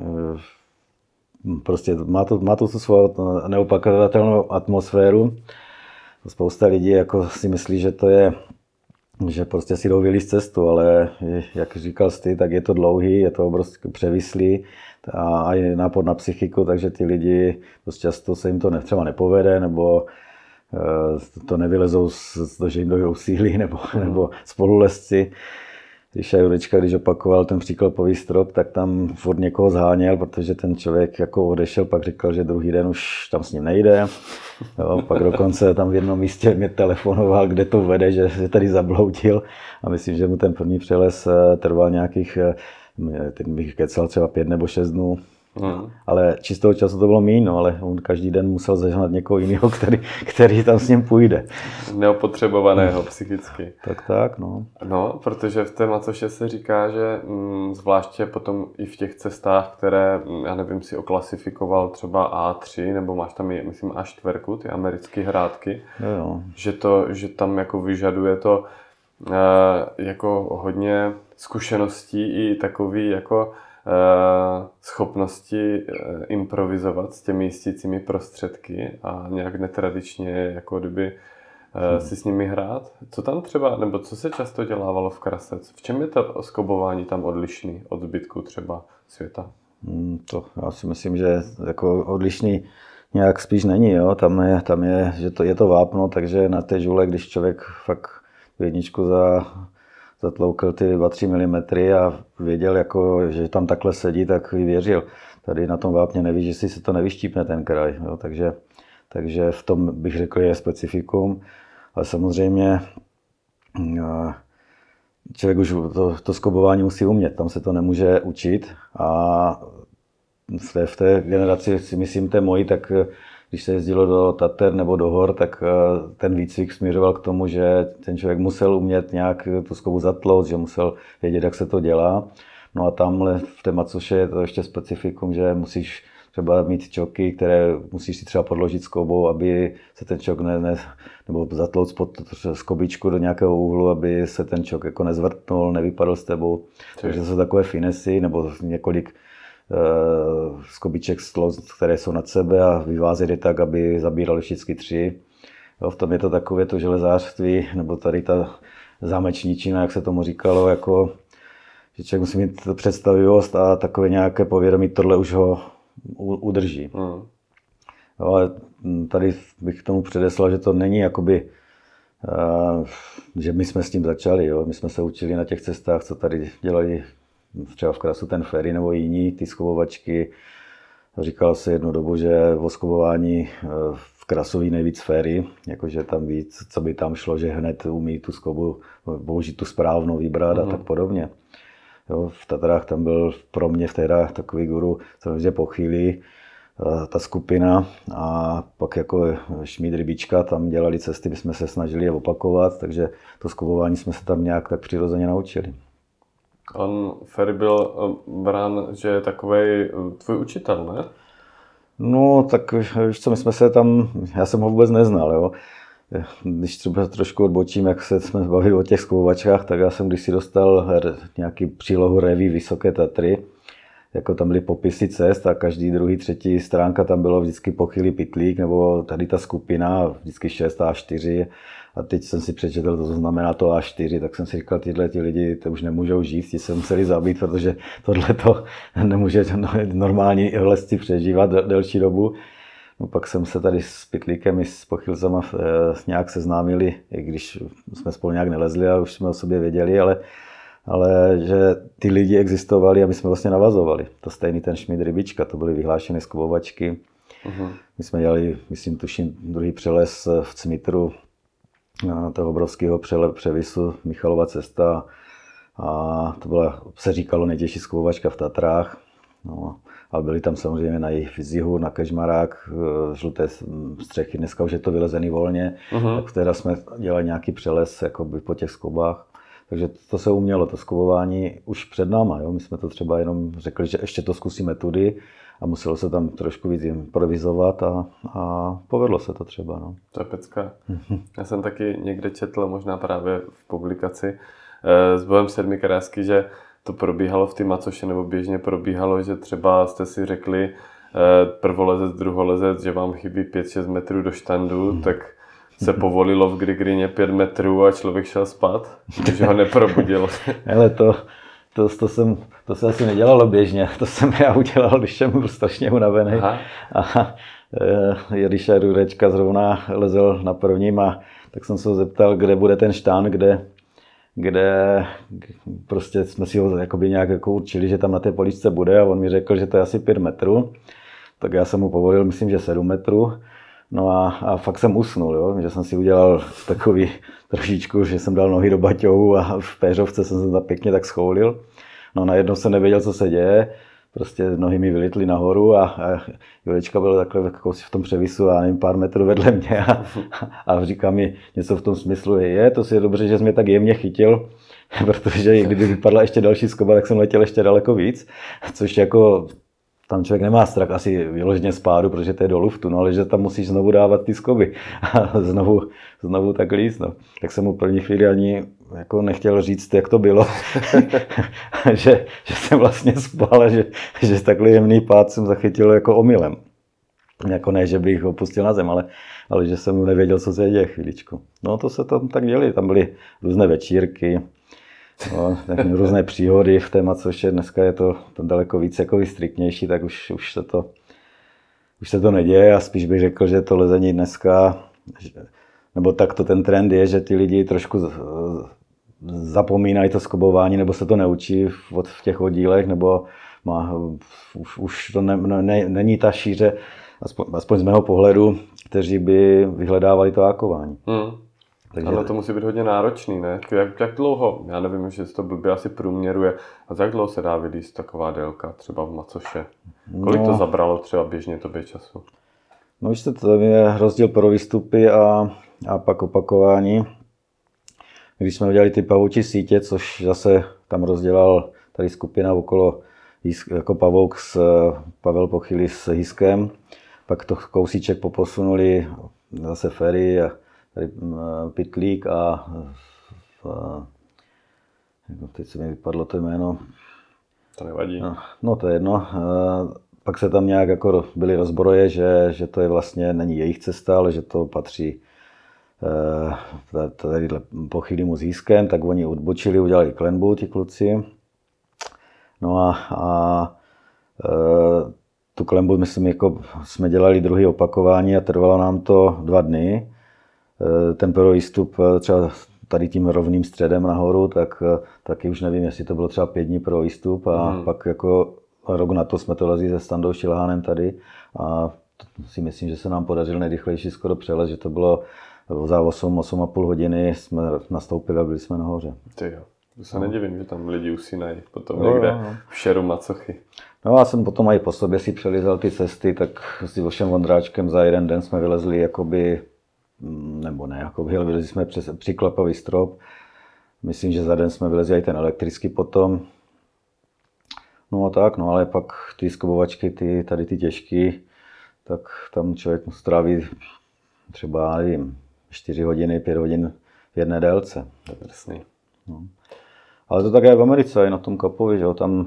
e, prostě má to, má to tu svou neopakovatelnou atmosféru. Spousta lidí jako si myslí, že to je, že prostě si jdou vylízt cestu, ale jak říkal jsi, tak je to dlouhý, je to obrovský převislý a i nápor na psychiku, takže ty lidi dost často se jim to ne, třeba nepovede, nebo to nevylezou, že jim dojdou síly, nebo, nebo spolulezci. Když Jurečka, když opakoval ten příklopový strop, tak tam furt někoho zháněl, protože ten člověk jako odešel, pak říkal, že druhý den už tam s ním nejde. Jo, pak dokonce tam v jednom místě mě telefonoval, kde to vede, že se tady zabloudil a myslím, že mu ten první přeles trval nějakých, teď bych kecal třeba pět nebo šest dnů. Hmm. Ale čistého času to bylo míň, no, ale on každý den musel zažhnat někoho jiného, který, který tam s ním půjde. Neopotřebovaného psychicky. Tak tak, no. No, protože v té macoše se říká, že m, zvláště potom i v těch cestách, které, já nevím, si oklasifikoval třeba á tři, nebo máš tam, myslím, á čtyři, ty americké hrádky, jo, jo. Že, to, že tam jako vyžaduje to e, jako hodně zkušeností i takový jako schopnosti improvizovat s těmi jistícími prostředky a nějak netradičně jako kdyby hmm. si s nimi hrát. Co tam třeba, nebo co se často dělávalo v Krasec? V čem je to skobování tam odlišný od zbytku třeba světa? Hmm, to já si myslím, že jako odlišný nějak spíš není, jo. Tam je, tam je, že to, je to vápno, takže na té žule, když člověk fakt jedničku za zatloukl ty dva tři milimetry a věděl, jako, že tam takhle sedí, tak věřil. Tady na tom vápně neví, že si se to nevyštípne ten kraj. Jo. Takže, takže v tom bych řekl, je specifikum. Ale samozřejmě člověk už to, to skobování musí umět, tam se to nemůže učit. A v té, v té generaci, si myslím, té mojí, tak když se jezdilo do Tater nebo do hor, tak ten výcvik směřoval k tomu, že ten člověk musel umět nějak tu skobu zatlout, že musel vědět, jak se to dělá. No a tamhle v té macoše je to ještě specifikum, že musíš třeba mít čoky, které musíš si třeba podložit skobou, aby se ten čok ne, ne nebo zatlout spod skobičku do nějakého úhlu, aby se ten čok jako nezvrtnul, nevypadl s tebou. Takže to jsou takové finesy, nebo několik skobiček které jsou nad sebe a vyvázet je tak, aby zabírali všichni tři. Jo, v tom je to takové to železářství, nebo tady ta zámečničina, jak se tomu říkalo, jako, že člověk musí mít představivost a takové nějaké povědomí, tohle už ho udrží. Mm. Jo, ale tady bych k tomu předeslal, že to není jakoby, že my jsme s tím začali. Jo. My jsme se učili na těch cestách, co tady dělali třeba v Krasu ten Ferry nebo jiní, ty skovovačky. Říkalo se jednu dobu, že o skobování v Krasu ví nejvíc Ferry, jakože tam víc, co by tam šlo, že hned umí tu skobu, použít tu správnou, vybrat mm. a tak podobně. Jo, v Tatrách tam byl pro mě v té takový guru, samozřejmě Pochýlí, ta skupina, a pak jako Šmíd, Rybička, tam dělali cesty, bychom se snažili je opakovat, takže to skobování jsme se tam nějak tak přirozeně naučili. On Ferry byl brán, že je takovej tvůj učitel, ne? No, tak víš co, my jsme se tam, já jsem ho vůbec neznal, jo. Když třeba trošku odbočím, jak se jsme bavili o těch skovovačkách, tak já jsem když si dostal nějaký přílohu Reví Vysoké Tatry, jako tam byly popisy cest a každý druhý, třetí stránka tam bylo vždycky Pochýlí Pytlík, nebo tady ta skupina, vždycky šest A čtyři. A teď jsem si přečetl, to znamená to A čtyři, tak jsem si říkal, tyhle ty lidi to už nemůžou žít, ti se museli zabít, protože tohle to nemůže normální lesci přežívat delší dobu. No, pak jsem se tady s Pytlíkem i s Pochylcama nějak seznámili, i když jsme spolu nějak nelezli a už jsme o sobě věděli, ale, ale že ty lidi existovali a my jsme vlastně navazovali. To stejný ten Šmíd, Rybička, to byly vyhlášené skovovačky. Uh-huh. My jsme dělali, myslím, tuším, druhý přeles v Cmitru, toho obrovského převisu Michalova cesta, a to byla, se říkalo, nejtěžší skovovačka v Tatrách. No, ale byli tam samozřejmě na jejich zihu, na Kežmarák, žluté střechy, dneska už je to vylezený volně, uh-huh. tak teda jsme dělali nějaký přeles jakoby po těch skobách. Takže to se umělo, to skobování už před náma, jo? My jsme to třeba jenom řekli, že ještě to zkusíme tudy a muselo se tam trošku víc improvizovat a, a povedlo se to třeba. No. To je pecka. Já jsem taky někde četl, možná právě v publikaci s Bohem Sedmikrásky, že to probíhalo v ty macoše, nebo běžně probíhalo, že třeba jste si řekli prvolezec, druholezec, že vám chybí pět šest metrů do štandu, hmm. tak se povolilo v Grigrině pět metrů a člověk šel spát, protože ho neprobudil. Ale to, to, to, jsem, to se asi nedělalo běžně, to jsem já udělal, když jsem byl strašně unavený. Aha. A Jiříša Rudečka zrovna lezel na prvním, a tak jsem se ho zeptal, kde bude ten štán, kde, kde prostě jsme si ho jakoby nějak jako určili, že tam na té poličce bude, a on mi řekl, že to je asi pět metrů. Tak já jsem mu povolil, myslím, že sedm metrů. No a, a fakt jsem usnul, jo? Že jsem si udělal takový trošičku, že jsem dal nohy do baťohu a v péřovce jsem se tam pěkně tak schoulil. No najednou jsem nevěděl, co se děje, prostě nohy mi vylitly nahoru a, a Jurečka byl takhle jako v tom převisu a nevím, pár metrů vedle mě a, a říká mi něco v tom smyslu, je, to si je dobře, že jsi mě tak jemně chytil, protože kdyby vypadla ještě další skoba, tak jsem letěl ještě daleko víc, což jako tam člověk nemá strach asi vyloženě z pádu, protože to je do luftu, no ale že tam musíš znovu dávat ty skoby a znovu, znovu tak líst, no. Tak jsem mu první chvíli ani jako nechtěl říct, jak to bylo, že, že jsem vlastně spal a že, že takhle jemný pád jsem zachytil jako omylem. Jako ne, že bych ho pustil na zem, ale, ale že jsem nevěděl, co se děje chvíličku. No to se tam tak děli, tam byly různé večírky, no, různé příhody v téma, což je dneska je to, to daleko víc jako striktnější, tak už, už, se to, už se to neděje a spíš bych řekl, že to lezení dneska, nebo tak to ten trend je, že ty lidi trošku zapomínají to skobování, nebo se to neučí v, v těch oddílech, nebo má, už, už to ne, ne, není ta šíře, aspoň, aspoň z mého pohledu, kteří by vyhledávali to ákování. Hmm. Takže... Ale to musí být hodně náročný, ne? Jak, jak dlouho, já nevím, že to blbě asi průměruje, a jak dlouho se dá vylíst taková délka, třeba v macoše? Kolik no, to zabralo třeba běžně tobě času? No víš, to je rozdíl pro výstupy a, a pak opakování. Když jsme udělali ty pavoučí sítě, což zase tam rozdělal tady skupina okolo jako pavouk s Pavel Pochýlí s Hiskem, pak to kousíček poposunuli zase Ferry a tady Pytlík a, a teď se mi vypadlo to jméno. To nevadí. No, no to je jedno. A pak se tam nějak jako byly rozbroje, že, že to je vlastně, není jejich cesta, ale že to patří tady Pochýlímu s Hýskem, tak oni odbočili, udělali klenbu, ti kluci. No a, a e, tu klenbu, myslím, jako jsme dělali druhé opakování a trvalo nám to dva dny. Ten první výstup třeba tady tím rovným středem nahoru, tak taky už nevím, jestli to bylo třeba pět dní pro výstup a hmm. pak jako rok na to jsme to lezli se Standou Šilhánem tady a si myslím, že se nám podařil nejrychlejší skoro přelet, že to bylo za osm, osm a půl hodiny jsme nastoupili a byli jsme nahoře. Ty jo, to se no. nedivím, že tam lidi usínají potom no, někde no. v šeru Macochy. No já jsem potom i po sobě si přelízal ty cesty, tak s Ivošem Vondráčkem za jeden den jsme vylezli jakoby, nebo ne, jakoby, ale vylezli jsme přes příklapový strop. Myslím, že za den jsme vylezli i ten elektrický potom. No a tak, no ale pak ty skobovačky, ty, tady ty těžký, tak tam člověk stráví třeba, nevím, čtyři hodiny, pět hodin v jedné délce. Drsný. No. Ale to také v Americe, i na tom Kapovi, že jo, tam,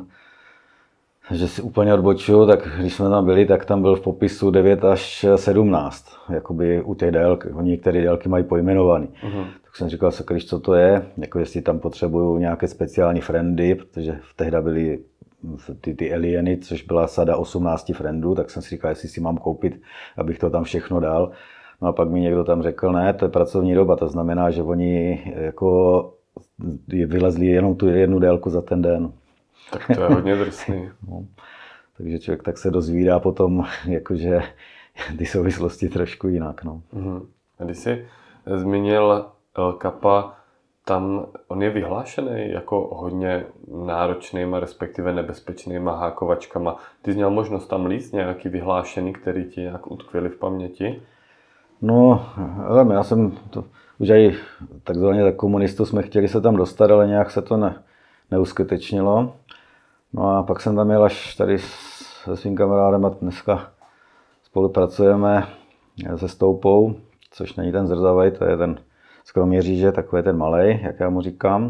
že si úplně odbočuju, tak když jsme tam byli, tak tam byl v popisu devět až sedmnáct, jakoby u těch délek, oni některé délky mají pojmenovaný. Uh-huh. Tak jsem říkal, sakryš, co to je, jako jestli tam potřebuju nějaké speciální friendy, protože v tehda byly ty, ty alieny, což byla sada osmnáct friendů, tak jsem si říkal, jestli si mám koupit, abych to tam všechno dal. No a pak mi někdo tam řekl, ne, to je pracovní doba, to znamená, že oni jako vylezli jenom tu jednu délku za ten den. Tak to je hodně drsný. No, takže člověk tak se dozvídá potom, jakože ty souvislosti trošku jinak. No. Uh-huh. A když jsi zmínil El Capa, tam on je vyhlášený jako hodně náročnýma, respektive nebezpečnýma hákovačkama. Ty jsi měl možnost tam líst nějaký vyhlášený, který ti nějak utkvěli v paměti? No, ale já jsem to, už i takzvaně tak komunistů jsme chtěli se tam dostat, ale nějak se to ne, neuskutečnilo. No a pak jsem tam jel až tady se svým kamarádem a dneska spolupracujeme se Stoupou, což není ten zrzavej, to je ten z Kroměříže, takový ten malej, jak já mu říkám.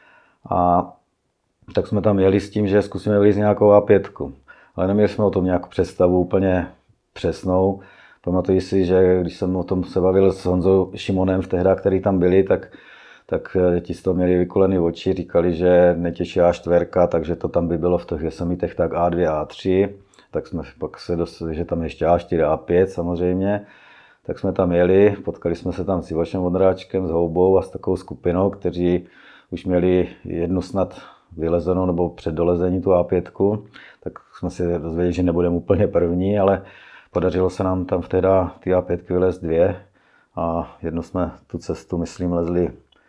A tak jsme tam jeli s tím, že zkusíme vylít nějakou á pět. Ale neměli jsme o tom nějakou představu úplně přesnou. Pamatuji si, že když jsem o tom se bavil s Honzou Šimonem v tehda, který tam byli, tak, tak ti z toho měli vykulený oči, říkali, že netěší á čtyři, takže to tam by bylo v těch jesemitech tak á dva, á tři, tak jsme pak se dostali, že tam ještě á čtyři, á pět samozřejmě. Tak jsme tam jeli, potkali jsme se tam s Ivošem Vondráčkem, s Houbou a s takovou skupinou, kteří už měli jednu snad vylezenou nebo před dolezení tu á pět, tak jsme si dozvěděli, že nebudeme úplně první, ale podařilo se nám tam vtedy ty á pět vylézt dvě a jednu jsme tu cestu, myslím, lezli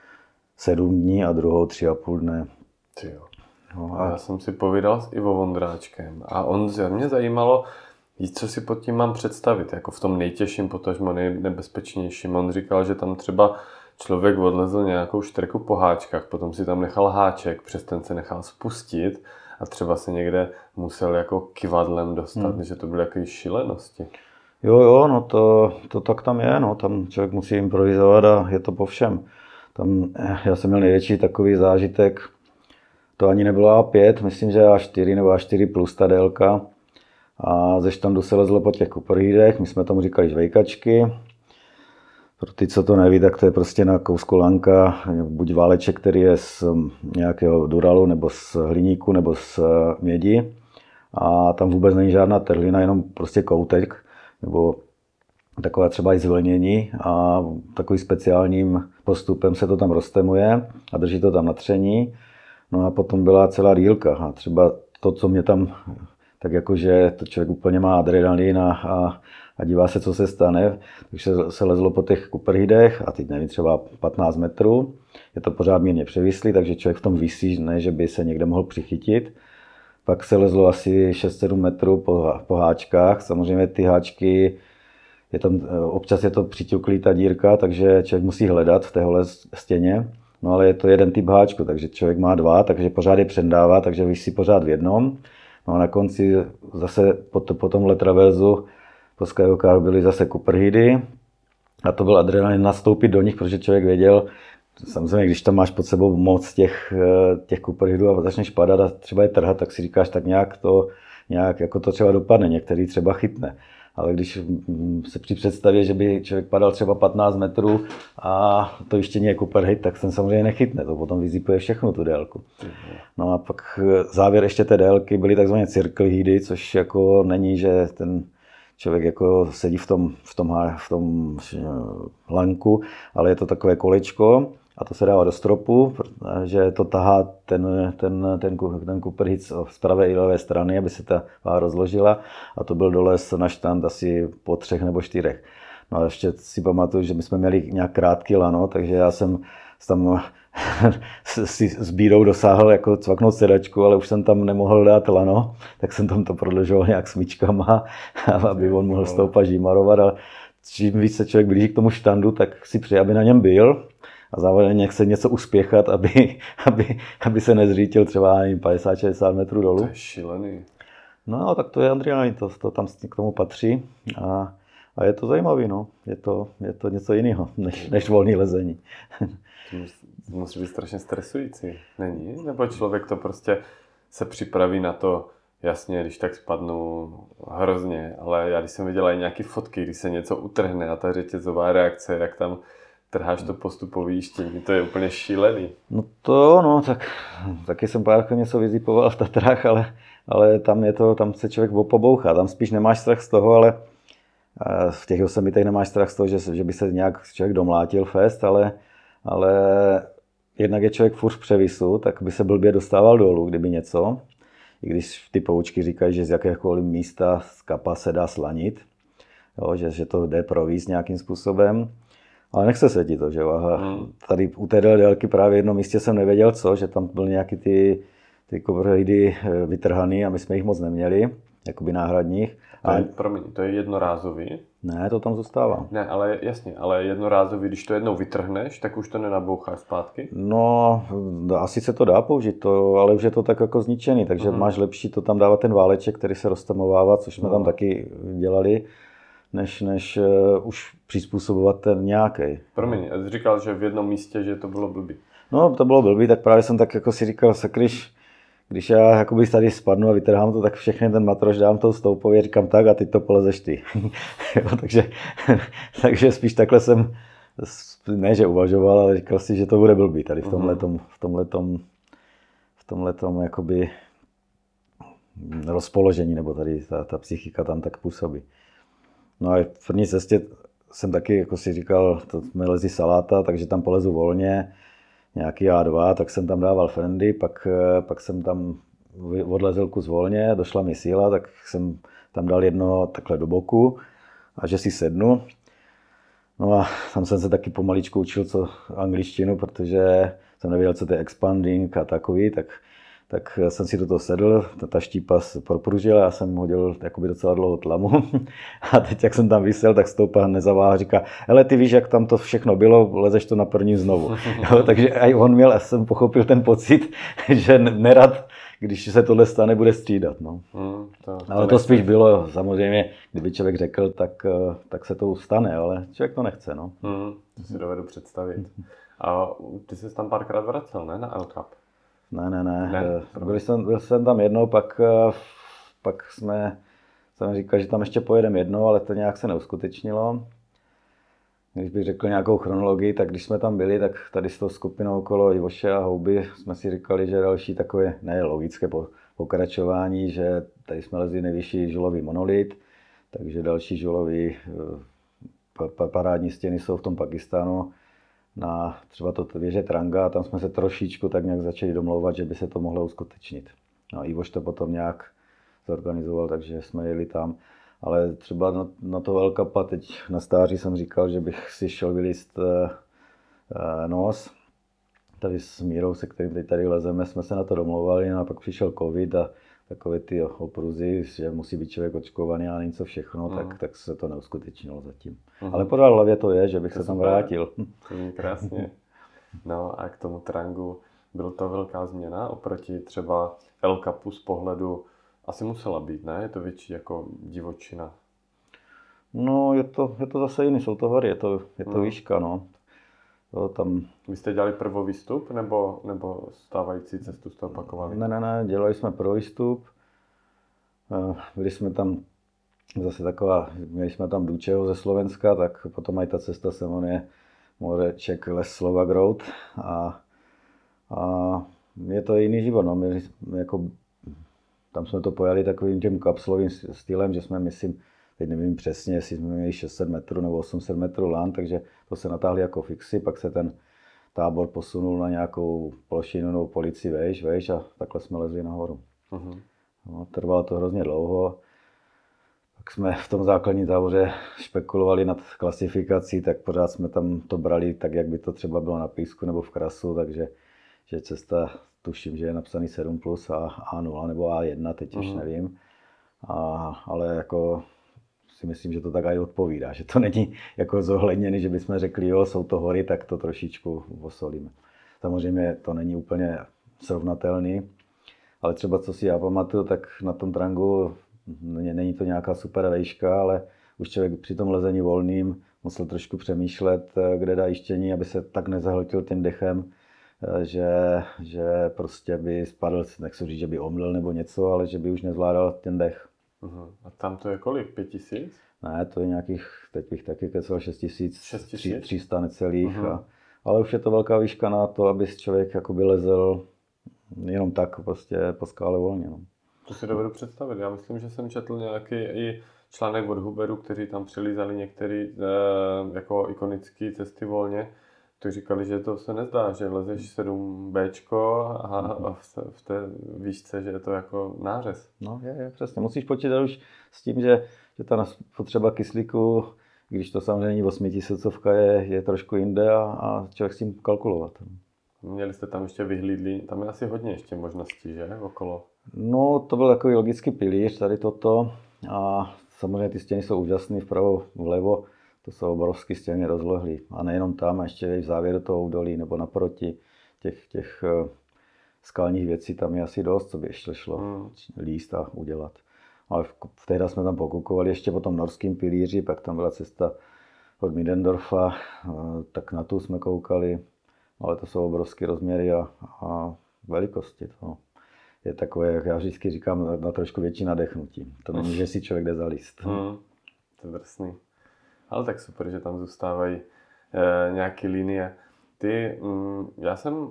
sedm dní a druhou tři a půl dne. Tyjo. No a já jsem si povídal s Ivo Vondráčkem a on mě zajímalo, co si pod tím mám představit, jako v tom nejtěžším, potažmo nejnebezpečnějším. On říkal, že tam třeba člověk odlezl nějakou štrku po háčkách, potom si tam nechal háček, přes ten se nechal spustit a třeba se někde musel jako kivadlem dostat, hmm. že to byly jakové šílenosti. Jo, jo, no to, to tak tam je, no, tam člověk musí improvizovat a je to po všem. Tam, já jsem měl největší takový zážitek, to ani nebylo á pět, myslím, že á čtyři nebo á čtyři plus ta délka. A ze štandu se lezlo po těch kuperhýdech, my jsme tomu říkali žvejkačky. Pro ty, co to neví, tak to je prostě na kousku lanka, buď váleček, který je z nějakého duralu, nebo z hliníku, nebo z mědi. A tam vůbec není žádná trhlina, jenom prostě koutek, nebo takové třeba i zvlnění. A takovým speciálním postupem se to tam roztemuje a drží to tam na tření. No a potom byla celá dílka. A třeba to, co mě tam, tak jakože to člověk úplně má adrenalin a, a, a dívá se, co se stane. Takže se lezlo po těch kuperhydech a teď nevím, třeba patnáct metrů. Je to pořád mírně převislý, takže člověk v tom visí, ne, že by se někde mohl přichytit. Pak se lezlo asi šest sedm metrů po, po háčkách. Samozřejmě ty háčky, je tam, občas je to přiťuklý ta dírka, takže člověk musí hledat v téhle stěně. No ale je to jeden typ háčku, takže člověk má dva, takže pořád je přendává, takže visí pořád v jednom. No a na konci zase po, to, po tomhle traverzu po skywalkách byly zase kuperhydy a to byl adrenalin nastoupit do nich, protože člověk věděl, samozřejmě když tam máš pod sebou moc těch, těch kuperhydů a začneš padat a třeba je trhat, tak si říkáš, tak nějak to, nějak jako to třeba dopadne, některý třeba chytne. Ale když se při představě, že by člověk padal třeba patnáct metrů a to ještě nie je kuperhyd, tak ten samozřejmě nechytne, to potom vyzipuje všechnu tu délku. No a pak závěr ještě té délky byly takzvané cirkelhydy, což jako není, že ten člověk jako sedí v tom, v tom, v tom lanku, ale je to takové kolečko a to se dává do stropu, že to tahá ten, ten, ten, ten Cooperhit z pravé i levé strany, aby se ta váha rozložila, a to byl doles na štand asi po třech nebo čtyřech. No a ještě si pamatuju, že my jsme měli nějak krátký lano, takže já jsem tam si s bídou dosáhl jako cvaknout sedačku, ale už jsem tam nemohl dát lano, tak jsem tam to prodlužoval nějak smyčkama, aby on mohl stoupat, žímarovat. A čím víc se člověk blíží k tomu štandu, tak si přeje, aby na něm byl a zároveň se něco uspěchat, aby, aby, aby se nezřítil třeba padesát šedesát metrů dolů. To je šílený. No tak to je adrenalin, to, to tam k tomu patří a, a je to zajímavý, no. Je to, je to něco jiného než, než volný lezení. To musí být strašně stresující, není? Nebo člověk to prostě se připraví na to, jasně, když tak spadnu hrozně, ale já když jsem viděla i nějaké fotky, když se něco utrhne a ta řetězová reakce, jak tam trháš to postupové jištění, to je úplně šílený. No to no, tak taky jsem párkrát něco vyzipoval v Tatrách, ale, ale tam je to, tam se člověk pobouchá, tam spíš nemáš strach z toho, ale v těch Yosemitech nemáš strach z toho, že, že by se nějak člověk domlátil fest, ale, ale jednak je člověk furt v převisu, tak by se blbě dostával dolů, kdyby něco. I když ty poučky říkají, že z jakéhokoliv místa z kapa se dá slanit, jo, že, že to jde provízt nějakým způsobem. Ale nechce se ti to, že jo. Hmm. Tady u té délky právě jedno místě jsem nevěděl co, že tam byly nějaký ty, ty Cooperhidy vytrhaný a my jsme jich moc neměli, jakoby náhradních. To je, promiň, to je jednorázový? Ne, to tam zůstává. Ne, ale jasně, ale jednorázový, když to jednou vytrhneš, tak už to nenaboucháš zpátky? No, asi se to dá použít, to, ale už je to tak jako zničený, takže mm. máš lepší to tam dávat ten váleček, který se roztamovává, což jsme no. tam taky dělali, než, než uh, už přizpůsobovat ten nějaký. Promiň, jsi říkal, že v jednom místě, že to bylo blbý. No, to bylo blbý, tak právě jsem tak jako si říkal, sakryš, když já jakoby tady spadnu a vytrhám to, tak všechny ten matroš dám tou stoupově, říkám tak a ty to polezeš ty. jo, takže, takže spíš takhle jsem, ne že uvažoval, ale říkal si, že to bude blbý tady v tomhletom, v tomhletom, v tomhletom jakoby rozpoložení, nebo tady ta, ta psychika tam tak působí. No a v první cestě jsem taky, jako si říkal, to jsme lezli saláta, takže tam polezu volně, nějaký á dva, tak jsem tam dával fendy, pak, pak jsem tam odlezl kus volně, došla mi síla, tak jsem tam dal jedno takhle do boku a že si sednu. No a tam jsem se taky pomaličku učil co angličtinu, protože jsem nevěděl, co to je expanding a takový, tak, tak jsem si do toho sedl, ta štípa propružila, já jsem hodil jakoby docela dlouho tlamu a teď, jak jsem tam visel, tak stoupa nezaváha, říká, hele, ty víš, jak tam to všechno bylo, lezeš to na první znovu. Jo, takže i on měl, já jsem pochopil ten pocit, že nerad, když se tohle stane, bude střídat. No. Hmm, to, to ale to spíš bylo, samozřejmě, kdyby člověk řekl, tak, tak se to stane, ale člověk to nechce. No. Hmm, to si dovedu představit. A ty jsi tam párkrát vracel, ne, na El Cap? Ne, ne, ne. ne byl, jsem, byl jsem tam jednou, pak, pak jsme, jsem říkal, že tam ještě pojedeme jednou, ale to nějak se neuskutečnilo. Když bych řekl nějakou chronologii, tak když jsme tam byli, tak tady s tou skupinou okolo Ivoše a Houby jsme si říkali, že další takové, ne logické pokračování, že tady jsme lezli nejvyšší žulový monolit, takže další žulový parádní stěny jsou v tom Pakistánu, na třeba to věže Tranga, a tam jsme se trošičku tak nějak začali domlouvat, že by se to mohlo uskutečnit. No a Ivoš to potom nějak zorganizoval, takže jsme jeli tam. Ale třeba na, na to El Capa teď na stáří jsem říkal, že bych si šel vylíst uh, nos. Tady s Mírou, se kterým teď tady lezeme, jsme se na to domlouvali, no a pak přišel covid a takové ty opruzy, že musí být člověk očkovaný a něco všechno, mm. tak, tak se to neuskutečnilo zatím. Mm. Ale podle hlavě to je, že bych to se tam super. Vrátil. To je krásně. No a k tomu Trangu, byla to velká změna oproti třeba El Capu z pohledu, asi musela být, ne? Je to větší jako divočina. No, je to, je to zase jiný, jsou to hory, je to, je to mm. výška, no. To tam... Vy jste dělali prvovýstup, nebo, nebo stávající cestu jste opakovali? Ne, ne, ne, dělali jsme prvovýstup. Byli jsme tam zase taková, měli jsme tam Dučeho ze Slovenska, tak potom i ta cesta se jmenuje Moreček Les Slovak Road a, a je to jiný život, no. My, my jako, tam jsme to pojali takovým tím kapslovým stylem, že jsme, myslím, teď nevím přesně, jestli jsme měli šest set metrů nebo osm set metrů lán, takže to se natáhli jako fixy, pak se ten, tábor posunul na nějakou plošinu nebo polici vejš, vejš a takhle jsme lezli nahoru. Uh-huh. No, trvalo to hrozně dlouho. Pak jsme v tom základním táboře špekulovali nad klasifikací, tak pořád jsme tam to brali tak, jak by to třeba bylo na písku nebo v krasu, takže že cesta, tuším, že je napsaný sedm plus a A nula nebo A jedna, teď už uh-huh. nevím. A, ale jako si myslím, že to tak aj odpovídá, že to není jako zohledněný, že bychom řekli, jo, jsou to hory, tak to trošičku osolíme. Samozřejmě to není úplně srovnatelný, ale třeba co si já pamatuju, tak na tom Trangu není to nějaká super vejška, ale už člověk při tom lezení volným musel trošku přemýšlet, kde dá jištění, aby se tak nezahltil tím dechem, že, že prostě by spadl, nechci říct, že by omdlel nebo něco, ale že by už nezvládal ten dech. Uh-huh. A tam to je kolik? Pět tisíc? Ne, to je nějakých, teď bych taky kecal, šest tisíc tři sta necelých. Uh-huh. A, ale už je to velká výška na to, aby člověk jakoby lezl jenom tak prostě po skále volně. No. To si dovedu představit. Já myslím, že jsem četl nějaký i článek od Huberu, kteří tam přilízali některé e, jako ikonické cesty volně. To říkali, že to se nezdá, že lezeš sedm béčko a, a v, v té výšce, že je to jako nářez. No je, je, přesně. Musíš počítat už s tím, že, že ta potřeba kyslíku, když to samozřejmě není osmitisícovka, je, je trošku jinde a, a člověk s tím kalkulovat. Měli jste tam ještě vyhlídlí, tam je asi hodně ještě možností, že, okolo? No, to byl takový logický pilíř, tady toto. A samozřejmě ty stěny jsou úžasné, vpravo, vlevo. To jsou obrovské stěny rozlohlý. A nejenom tam, a ještě v závěru toho údolí, nebo naproti těch, těch skalních věcí tam je asi dost, co by ještě šlo hmm. líst a udělat. Ale v, v tehdy jsme tam pokukovali ještě po tom norském pilíři, pak tam byla cesta od Middendorfa, tak na tu jsme koukali. Ale to jsou obrovské rozměry a, a velikosti. To je takové, jak já vždycky říkám, na, na trošku větší nadechnutí. To není, že si člověk jde zalíst. Hmm. To je drsný. Ale tak super, že tam zůstávají e, nějaké linie. Ty, mm, já jsem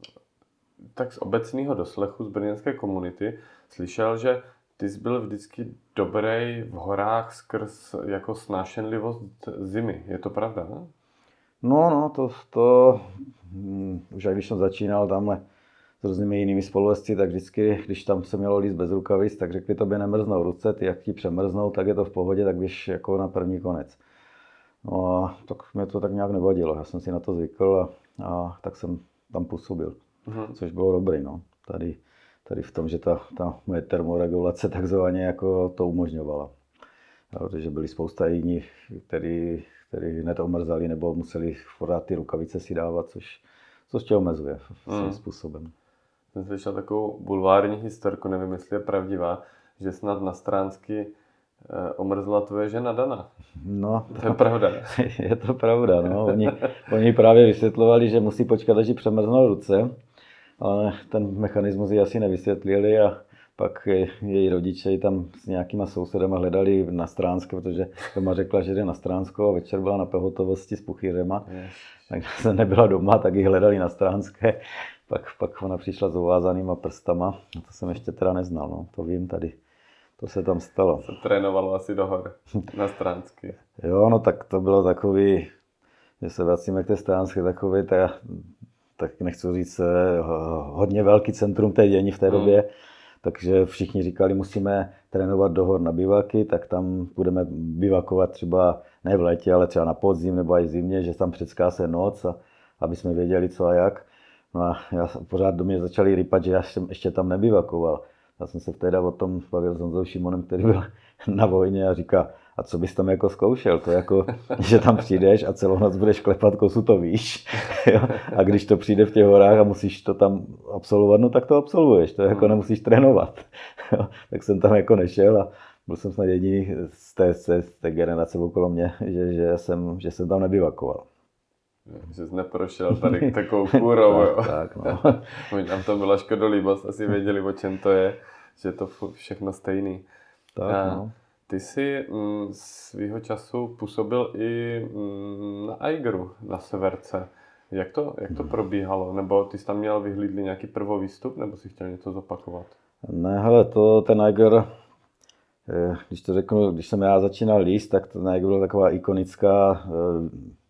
tak z obecného doslechu z brněnské komunity slyšel, že ty jsi byl vždycky dobrý v horách skrz jako snášenlivost zimy. Je to pravda, ne? No, no, to, to um, už jak když jsem začínal tamhle s různými jinými spolujezdci, tak vždycky, když tam se mělo líst bez rukavic, tak řekli, tobě nemrznou ruce, ty jak ti přemrznou, tak je to v pohodě, tak běž jako na první konec. No a tak mě to tak nějak nevadilo, já jsem si na to zvykl a, a tak jsem tam působil, mm-hmm. což bylo dobrý, no. Tady, tady v tom, že ta, ta moje termoregulace takzvaně jako to umožňovala. Protože byly spousta jiných, který, který hned omrzali nebo museli pořád ty rukavice si dávat, což, což tě omezuje svým mm. způsobem. Jsem slyšel takovou bulvární historku, nevím, jestli je pravdivá, že snad na Stránsky eh, omrzla tvoje žena Dana. No, to, to je pravda. Je to pravda, no. Oni, oni právě vysvětlovali, že musí počkat, až jí přemrznou ruce, ale ten mechanismus ji asi nevysvětlili a pak její rodiče ji tam s nějakýma sousedama hledali na Stránské, protože doma řekla, že jde na Stránsko a večer byla na pohotovosti s puchýřema. Yes. Takže se nebyla doma, tak ji hledali na Stránské. Pak, pak ona přišla s uvázanýma prstama. To jsem ještě teda neznal, no. To vím tady. To se tam stalo. Se trénovalo asi do hor na Stránské. Jo, no tak to bylo takový, že se vracíme k té Stránské, takový, tak, tak nechci říct, hodně velký centrum té dění v té hmm. době. Takže všichni říkali, musíme trénovat do hor na bivaky, tak tam budeme bivakovat třeba ne v létě, ale třeba na podzim nebo i v zimě, že tam předská se noc, a, aby jsme věděli co a jak. No a já pořád do mě začali rypat, že já jsem ještě tam nebivakoval. Já jsem se vtedy o tom bavil s Honzou Šimonem, který byl na vojně a říká, a co bys tam jako zkoušel? To jako, že tam přijdeš a celou noc budeš klepat kosu, to víš. Jo? A když to přijde v těch horách a musíš to tam absolvovat, no tak to absolvuješ, to jako nemusíš trénovat. Jo? Tak jsem tam jako nešel a byl jsem snad jediný z té, z té generace okolo mě, že, že, jsem, že jsem tam nebivakoval. Že jsi neprošel tady takovou kůrou, tak, jo. Tak, no. Tam to byla škodolíbost, asi věděli, o čem to je, že je to všechno stejný. Tak, a no. Ty jsi m, svýho času působil i m, na Aigeru, na severce. Jak to, jak to probíhalo? Nebo ty jsi tam měl vyhlídlý nějaký prvovýstup, nebo jsi chtěl něco zopakovat? Ne, hele, to ten Aiger, když to řeknu, když jsem já začínal líst, tak ten Aiger byla taková ikonická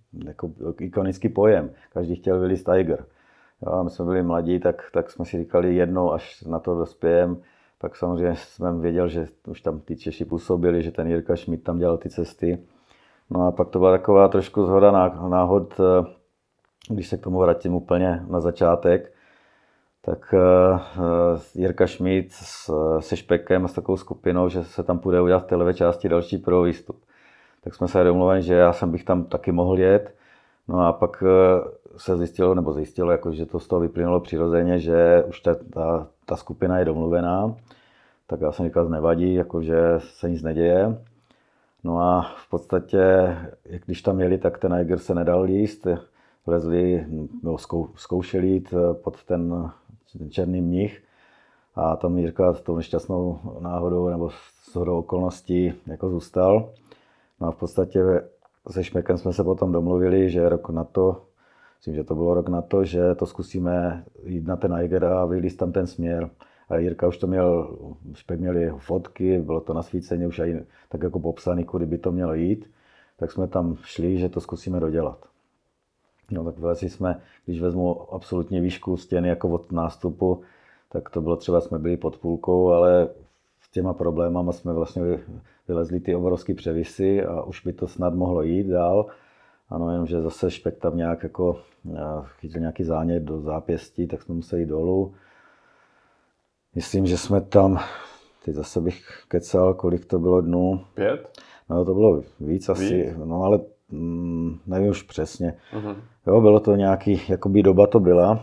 jako ikonický pojem. Každý chtěl vylízt Tiger. Jo, my jsme byli mladí, tak, tak jsme si říkali jednou, až na to dospějem. Pak samozřejmě jsem věděl, že už tam ty Češi působili, že ten Jirka Schmidt tam dělal ty cesty. No a pak to byla taková trošku zhoda náhod, když se k tomu vrátím úplně na začátek, tak Jirka Schmidt se Špekem a s takovou skupinou, že se tam půjde udělat v té levé části další pro výstup. Tak jsme se domluvili, že já jsem bych tam taky mohl jet. No a pak se zjistilo, nebo zjistilo, jako, že to z toho vyplynulo přirozeně, že už ta, ta, ta skupina je domluvená. Tak já jsem říkal, nevadí, jako, že se nic neděje. No a v podstatě, když tam jeli, tak ten Eiger se nedal líst. Lezli, no, zkou, zkoušeli jít pod ten, ten černý mnich. A tam Jirka s tou nešťastnou náhodou nebo s shodou okolností jako zůstal. No a v podstatě se Šmekem jsme se potom domluvili, že rok na to, myslím, že to bylo rok na to, že to zkusíme jít na ten Eiger a vylízt tam ten směr. A Jirka už to měl, Špek měl jeho fotky, bylo to nasvíceně už aj tak jako popsaný, kudy by to mělo jít. Tak jsme tam šli, že to zkusíme dodělat. No tak vlastně jsme, když vezmu absolutní výšku stěny jako od nástupu, tak to bylo třeba, jsme byli pod půlkou, ale s těma problémama jsme vlastně vylezli ty obrovské převisy a už by to snad mohlo jít dál. Ano, jenomže zase Špek tam nějak jako chytil nějaký zánět do zápěstí, tak jsme museli jít dolů. Myslím, že jsme tam, teď zase bych kecal, kolik to bylo dnů. Pět? No to bylo víc asi, víc? no ale mm, nevím už přesně. Uh-huh. Jo, bylo to nějaký, jakoby doba to byla.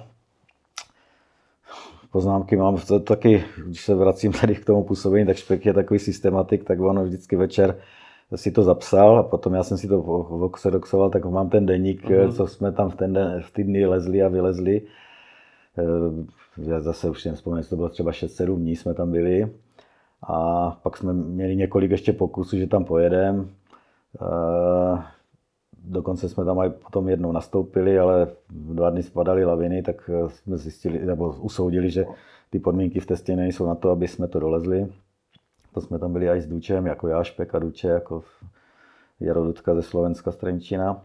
Poznámky mám, to taky, když se vracím tady k tomu působení, tak Špek je takový systematik, tak on vždycky večer si to zapsal a potom já jsem si to voxedoxoval, tak mám ten deník, uh-huh. co jsme tam v, ten den, v ty dny lezli a vylezli. Já zase už si nevzpomínám, to bylo třeba šest sedm dní jsme tam byli a pak jsme měli několik ještě pokusů, že tam pojedeme. Dokonce jsme tam aj potom jednou nastoupili, ale dva dny spadaly laviny, tak jsme zjistili, nebo usoudili, že ty podmínky v té stěně nejsou na to, aby jsme to dolezli. To jsme tam byli aj s Dučem, jako já, Špek a Duče, jako Jaro Dudka ze Slovenska, z Trenčína.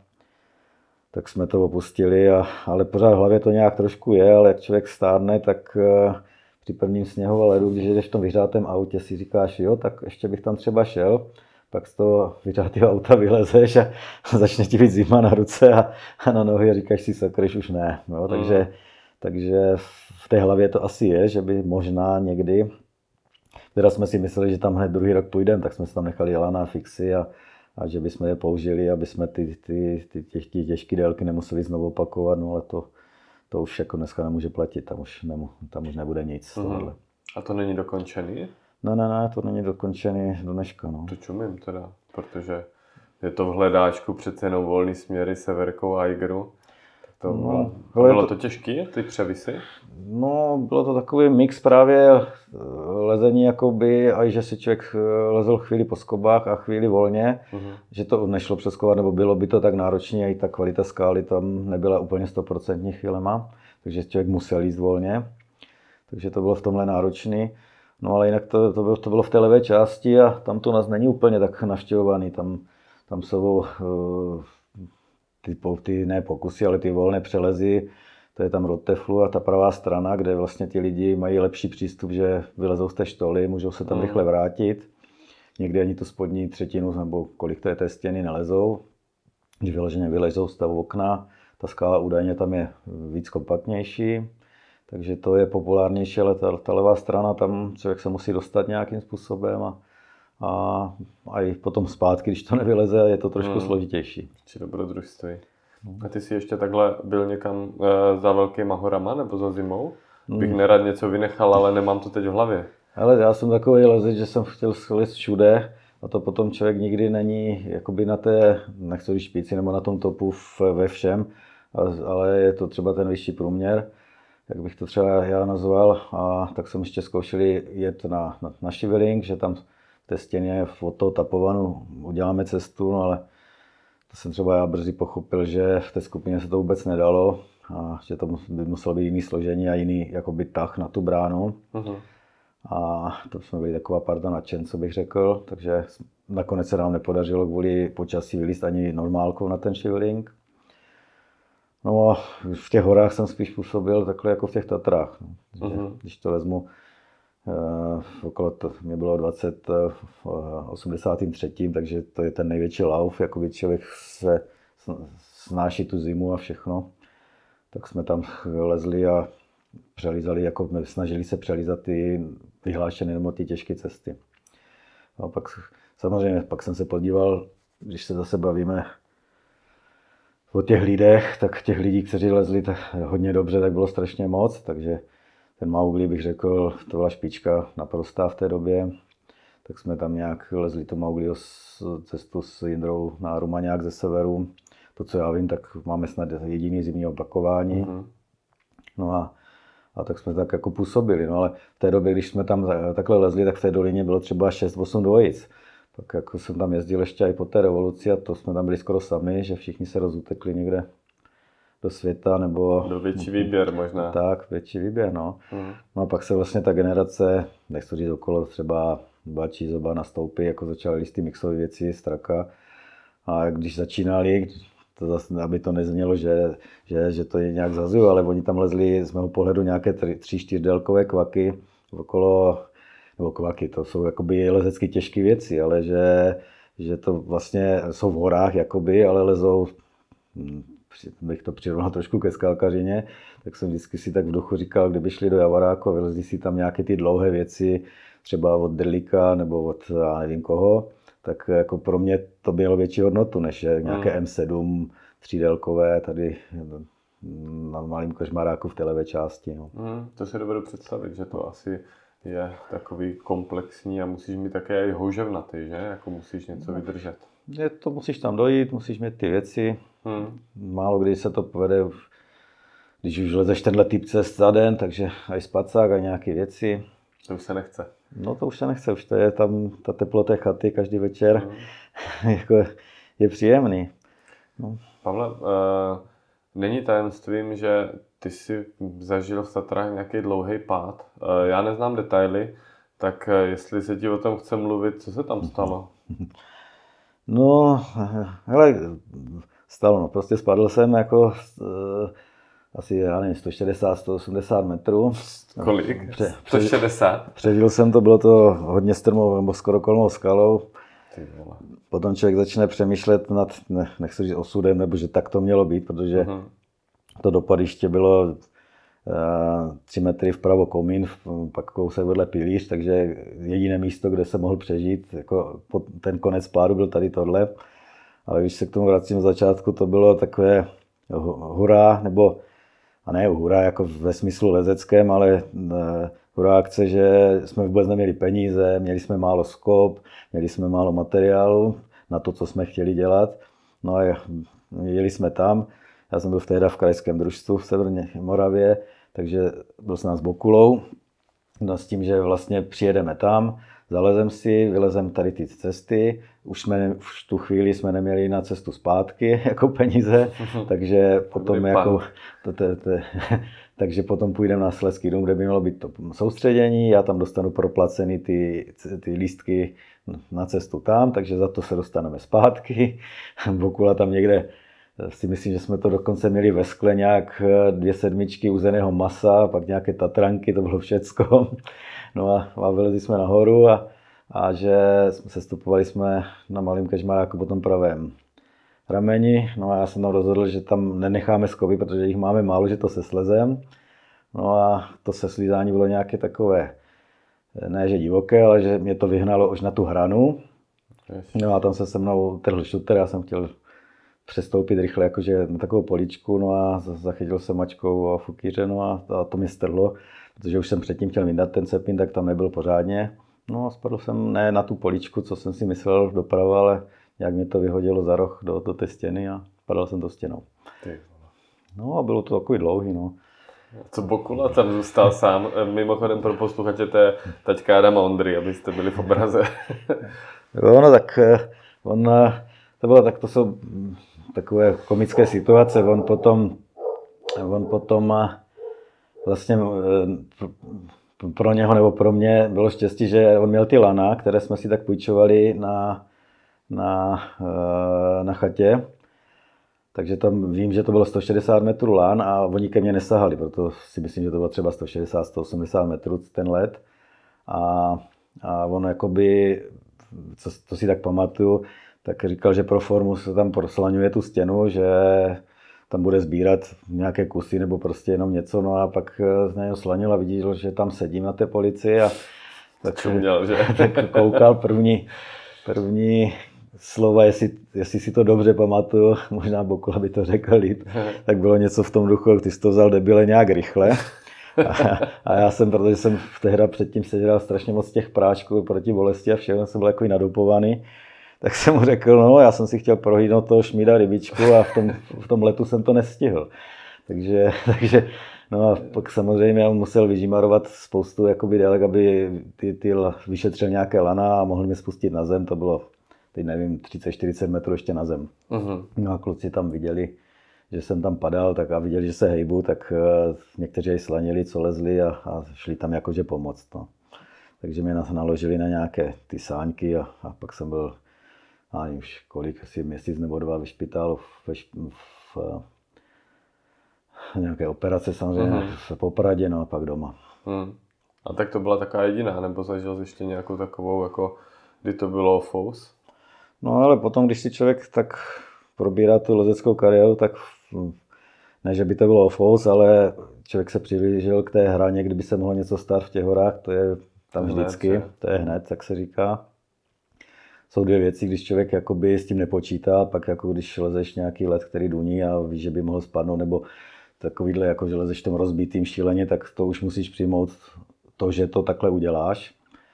Tak jsme to opustili, a, ale pořád v hlavě to nějak trošku je, ale jak člověk stárne, tak uh, při prvním sněhu a ledu, když jdeš v tom vyhřátém autě, si říkáš, jo, tak ještě bych tam třeba šel, pak z toho vyhřátého auta vylezeš a začne ti být zima na ruce a, a na nohy a říkáš si, sakryš, už ne. No, takže, mm. takže v té hlavě to asi je, že by možná někdy, teda jsme si mysleli, že tam hned druhý rok půjdeme, tak jsme si tam nechali Jelana fixy a a že bychom je použili, aby jsme ty, ty, ty, ty, ty těžké délky nemuseli znovu opakovat, no ale to, to už jako dneska nemůže platit, tam už, nemu, tam už nebude nic. Mm. A to není dokončený? Ne, ne, ne, to není dokončený do dneška. No. To čumím teda, protože je to v hledáčku přece jenom volný směry severkou Eigeru. To, no, bylo to, to těžké, ty převisy? No, bylo to takový mix právě lezení, jakoby, a že si člověk lezl chvíli po skobách a chvíli volně, uh-huh. že to nešlo přeskovat, nebo bylo by to tak náročně, a i ta kvalita skály tam nebyla úplně stoprocentní chvílema, takže člověk musel jíst volně, takže to bylo v tomhle náročný. No ale jinak to, to, bylo, to bylo v té levé části a tam to nás není úplně tak navštěvovaný, tam, tam jsou uh, ty, ty ne pokusy, ale ty volné přelezy, to je tam Rotteflu a ta pravá strana, kde vlastně ti lidi mají lepší přístup, že vylezou z té štoly, můžou se tam mm. rychle vrátit. Někdy ani tu spodní třetinu, nebo kolik to je té stěny, nelezou. Když vyloženě vylezou z toho okna, ta skála údajně tam je víc kompaktnější, takže to je populárnější, ale ta, ta levá strana, tam člověk se musí dostat nějakým způsobem a, a, a i potom zpátky, když to nevyleze, je to trošku mm. složitější. Či dobrodružství. A ty jsi ještě takhle byl někam e, za velkýma horama nebo za zimou? Bych nerad něco vynechal, ale nemám to teď v hlavě. Ale já jsem takový lezec, že jsem chtěl slézt všude a to potom člověk nikdy není jakoby na té, nechci říct špici, nebo na tom topu ve všem, ale je to třeba ten vyšší průměr, jak bych to třeba já nazval. A tak jsem ještě zkoušeli jet na, na, na Šivelink, že tam v té stěně od toho Tapovanu uděláme cestu, no ale to jsem třeba já brzy pochopil, že v té skupině se to vůbec nedalo a že to by muselo být jiný složení a jiný jakoby tah na tu bránu. Uh-huh. A to jsme byli taková parta nadšenců, bych řekl, takže nakonec se nám nepodařilo kvůli počasí vylízt ani normálkou na ten Šivelink. No a v těch horách jsem spíš působil takhle jako v těch Tatrách. No. Mm-hmm. Když to vezmu, uh, okolo to, mě bylo dvacet v osmdesátém třetím takže to je ten největší lauf, jako by člověk se snáší tu zimu a všechno. Tak jsme tam lezli a přelízali, jako snažili se přelízat ty vyhlášené nebo ty těžké cesty. A pak samozřejmě pak jsem se podíval, když se zase bavíme o těch lidech, tak těch lidí, kteří lezli tak hodně dobře, tak bylo strašně moc, takže ten Mowgli bych řekl, to byla špička naprostá v té době. Tak jsme tam nějak lezli tu Mowgliho cestu s Jindrou na Arumaňák ze severu. To, co já vím, tak máme snad jediný zimní opakování. Mm-hmm. No a, a tak jsme tak jako působili. No ale v té době, když jsme tam takhle lezli, tak v té dolině bylo třeba šest osm dvojic. Tak jako jsem tam jezdil ještě i po té revoluci a to jsme tam byli skoro sami, že všichni se rozutekli někde do světa nebo... Do větší výběr možná. Tak, větší výběr, no. Mm. No a pak se vlastně ta generace, nechci říct okolo, třeba Bačí, Zoba nastoupí, jako začali ty mixové věci, Straka. A když začínali, to zase, aby to neznělo, že, že, že to je nějak zazuju, ale oni tam lezli z mého pohledu nějaké tři, tři čtyřdélkové kvaky okolo, nebo kvaky, to jsou jakoby lezecky těžké věci, ale že, že to vlastně jsou v horách, jakoby, ale lezou, bych to přirovnal trošku ke skalkařině, tak jsem vždycky si tak v duchu říkal, kdyby šli do Javaráku a vylezli si tam nějaké ty dlouhé věci, třeba od Drlíka nebo od já nevím koho, tak jako pro mě to mělo větší hodnotu, než nějaké M sedm třídélkové tady na Malým Kežmaráku v té levé části. No. Mm, to si dovedu představit, že to asi je takový komplexní a musíš mít také i houževnatý, že? Jako musíš něco vydržet. Je to musíš tam dojít, musíš mít ty věci. Mm. Málo kdy se to povede, když už lezeš tenhle typ cest za den, takže aj spacák a nějaké věci. To už se nechce. No to už se nechce, už to je tam ta teplota chaty každý večer, mm. jako je příjemný. No. Pavle, uh, není tajemstvím, že ty jsi zažil v Tatrách nějaký dlouhý pád. Uh, já neznám detaily, tak uh, jestli se ti o tom chce mluvit, co se tam stalo? No, hele, stalo, no, prostě spadl jsem jako uh, asi, já nevím, sto šedesát, sto osmdesát metrů. Kolik? Pře, sto šedesát? Přežil jsem to, bylo to hodně strmou, nebo skoro kolmou skalou. Potom člověk začne přemýšlet nad, ne, nechci říct osudem, nebo že tak to mělo být, protože uh-huh. to dopadiště bylo uh, tři metry vpravo komín, pak kousek vedle pilíř, takže jediné místo, kde se mohl přežít, jako ten konec pádu byl tady tohle. Ale když se k tomu vracím z začátku, to bylo takové hurá, nebo a ne hurá jako ve smyslu lezeckém, ale hurá akce, že jsme vůbec neměli peníze, měli jsme málo skop, měli jsme málo materiálu na to, co jsme chtěli dělat. No a jeli jsme tam, já jsem byl v tehda v krajském družstvu v Severní Moravě, takže byl jsem s Bokulou, no s tím, že vlastně přijedeme tam, zalezem si, vylezem tady ty cesty, už jsme v tu chvíli jsme neměli na cestu zpátky jako peníze, takže potom jako, to, to, to, takže potom půjdeme na Slezský dům, kde by mělo být to soustředění, já tam dostanu proplacený ty, ty lístky na cestu tam, takže za to se dostaneme zpátky. Bokula tam někde, si myslím, že jsme to dokonce měli ve skle nějak dvě sedmičky uzeného masa, pak nějaké tatranky, to bylo všecko. No a, a vylezli jsme nahoru a, a že sestupovali jsme na Malým Kežmaráku po tom pravém rameni. No a já jsem tam rozhodl, že tam nenecháme skopy, protože jich máme málo, že to seslezem. No a to seslízání bylo nějaké takové, ne že divoké, ale že mě to vyhnalo už na tu hranu. No a tam se se mnou trhl šuter, já jsem chtěl přestoupit rychle jakože na takovou poličku, no a zachytil jsem mačkou a fukýře, no a to mě strhlo, protože už jsem předtím chtěl vyndat ten cepin, tak tam nebyl pořádně. No a spadl jsem ne na tu poličku, co jsem si myslel doprava, ale nějak mě to vyhodilo za roh do, do té stěny a spadl jsem do stěnou. No a bylo to takový dlouhý, no. Co Bokula tam zůstal sám, mimochodem pro posluchače, to je taťka Adama Ondry, abyste byli v obraze. Jo, no tak on, to bylo tak, to jsou takové komické situace, on potom, on potom vlastně pro něho nebo pro mě bylo štěstí, že on měl ty lana, které jsme si tak půjčovali na, na, na chatě. takže tam vím, že to bylo sto šedesát metrů lán a oni ke mně nesahali, proto si myslím, že to bylo třeba sto šedesát, sto osmdesát metrů ten let. A, a on jakoby, co, co si tak pamatuju, tak říkal, že pro formu se tam proslaňuje tu stěnu, že tam bude sbírat nějaké kusy nebo prostě jenom něco, no a pak z něho slanil a viděl, že tam sedím na té policii a tak, Čuměl, že? tak koukal první, první slova, jestli, jestli si to dobře pamatuju, možná Bokula by to řekl líp, tak bylo něco v tom duchu, ty jsi to vzal debile nějak rychle. A, a já jsem, protože jsem v té hře předtím seděl strašně moc těch prášků proti bolesti a všechno, jsem byl takový nadopovaný, tak jsem mu řekl, no já jsem si chtěl prohlídnout toho Šmída rybičku a v tom, v tom letu jsem to nestihl. Takže, takže no a pak samozřejmě on musel vyžimarovat spoustu jakoby délek, aby ty, ty vyšetřil nějaké lana a mohl mě spustit na zem, to bylo, teď nevím, třicet čtyřicet metrů ještě na zem. Uh-huh. No a kluci tam viděli, že jsem tam padal, tak a viděli, že se hejbu, tak uh, někteří jej slanili, co lezli a, a šli tam jakože pomoct. No. Takže mě naložili na nějaké ty sáňky a, a pak jsem byl, ani už kolik, asi měsíc nebo dva ve špitálu, v, v, v nějaké operace samozřejmě, uh-huh. v Popradě, no a pak doma. Hmm. A tak to byla taková jediná, nebo zažil jsi ještě nějakou takovou, jako kdy to bylo fous? No ale potom, když si člověk tak probírá tu lezeckou kariéru, tak ne, že by to bylo fous, ale člověk se přiblížil k té hraně, kdyby se mohlo něco stát v těch horách, to je tam vždycky, hned, to je hned, tak se říká. Jsou dvě věci, když člověk jakoby s tím nepočítá, pak jako když lezeš nějaký let, který duní a víš, že by mohl spadnout, nebo takovýhle, jako že lezeš tom rozbitým šíleně, tak to už musíš přijmout to, že to takhle uděláš.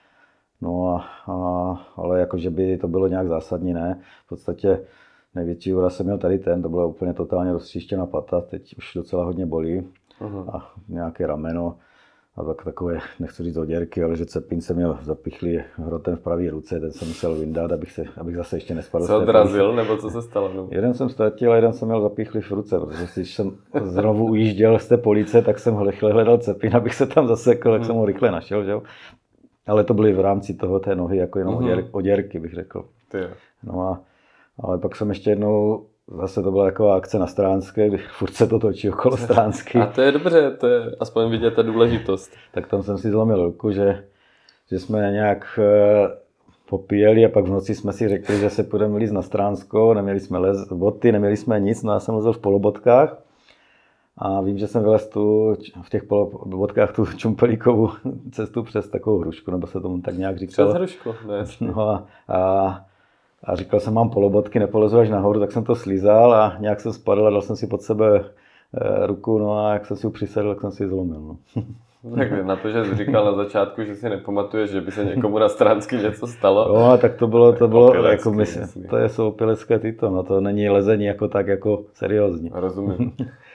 No a, a ale jako, že by to bylo nějak zásadní, ne. V podstatě největší úraz jsem měl tady ten, to byla úplně totálně roztříštěná pata, teď už docela hodně bolí. Uh-huh. A nějaké rameno. A tak takové, nechci říct oděrky, ale že cepín se měl zapichlý hrotem v pravé ruce, ten jsem musel vyndat, abych, se, abych zase ještě nespadl. Se odrazil, nebo co se stalo? No? Jeden jsem ztratil a jeden jsem měl zapichlý v ruce, protože když jsem znovu ujížděl z té police, tak jsem rychle hledal cepín, abych se tam zasekl, tak jsem ho rychle našel, že jo. Ale to byly v rámci toho té nohy jako jenom mm-hmm. oděr, oděrky, bych řekl. Ty. No a, ale pak jsem ještě jednou, zase to byla taková akce na Stránské, kdy furt se to točí okolo Stránsky. A to je dobře, to je aspoň vidět ta důležitost. Tak tam jsem si zlomil ruku, že, že jsme nějak e, popíjeli a pak v noci jsme si řekli, že se půjdeme líst na Stránskou, neměli jsme les, boty, neměli jsme nic, no já jsem lezl v polobotkách. A vím, že jsem vylez tu, v těch polobotkách tu čumpelíkovou cestu přes takovou hrušku, nebo se tomu tak nějak říkalo. Přes hrušku, ne. No a, a, a říkal jsem, mám polobotky, nepolezu až nahoru, tak jsem to slízal a nějak jsem spadl a dal jsem si pod sebe e, ruku, no a jak jsem si ji přisedl, tak jsem si ji zlomil. No. Tak na to, že jsi říkal na začátku, že si nepamatuješ, že by se někomu na Stránský něco stalo. No, tak to bylo, to bylo, jako myslím, to je jsou opilecké tyto, no to není lezení jako tak jako seriózní. Rozumím.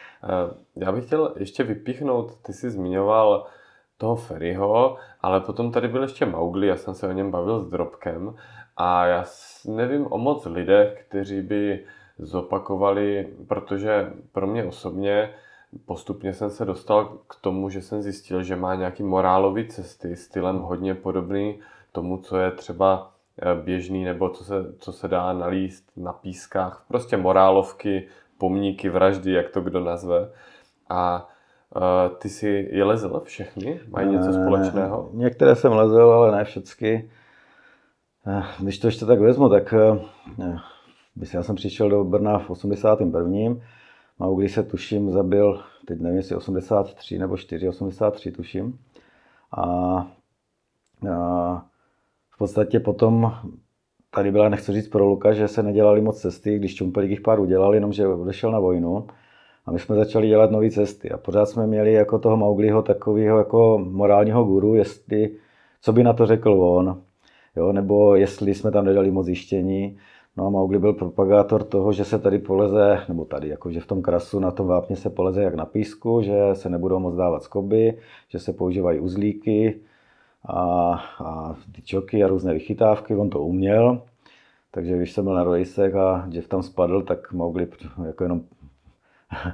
Já bych chtěl ještě vypíchnout, ty jsi zmiňoval toho Ferryho, ale potom tady byl ještě Mowgli, já jsem se o něm bavil s Drobkem a já nevím o moc lidech, kteří by zopakovali, protože pro mě osobně postupně jsem se dostal k tomu, že jsem zjistil, že má nějaký morálový cesty, stylem hodně podobný tomu, co je třeba běžný nebo co se, co se dá nalíst na pískách, prostě morálovky, pomníky, vraždy, jak to kdo nazve. A uh, ty si je lezl všechny? Mají něco společného? Některé jsem lezl, ale ne všechny. Když to ještě tak vezmu, tak já jsem přišel do Brna v osmdesátém prvním Mowgli se tuším zabil, teď nevím, jestli osmdesát tři nebo čtyři, osmdesát tři tuším. A, a v podstatě potom tady byla, nechci říct pro Luka, že se nedělali moc cesty, když Čumpelík jich pár udělal, jenomže odešel na vojnu. A my jsme začali dělat nové cesty. A pořád jsme měli jako toho Mowgliho takového jako morálního guru, jestli, co by na to řekl on, jo, nebo jestli jsme tam nedali moc zjištění. No a Mowgli byl propagátor toho, že se tady poleze, nebo tady, jakože v tom krasu na tom vápně se poleze jak na písku, že se nebudou moc dávat skoby, že se používají uzlíky a, a ty čoky a různé vychytávky, on to uměl. Takže když jsem byl na rojsech a Jeff tam spadl, tak Mowgli jako jenom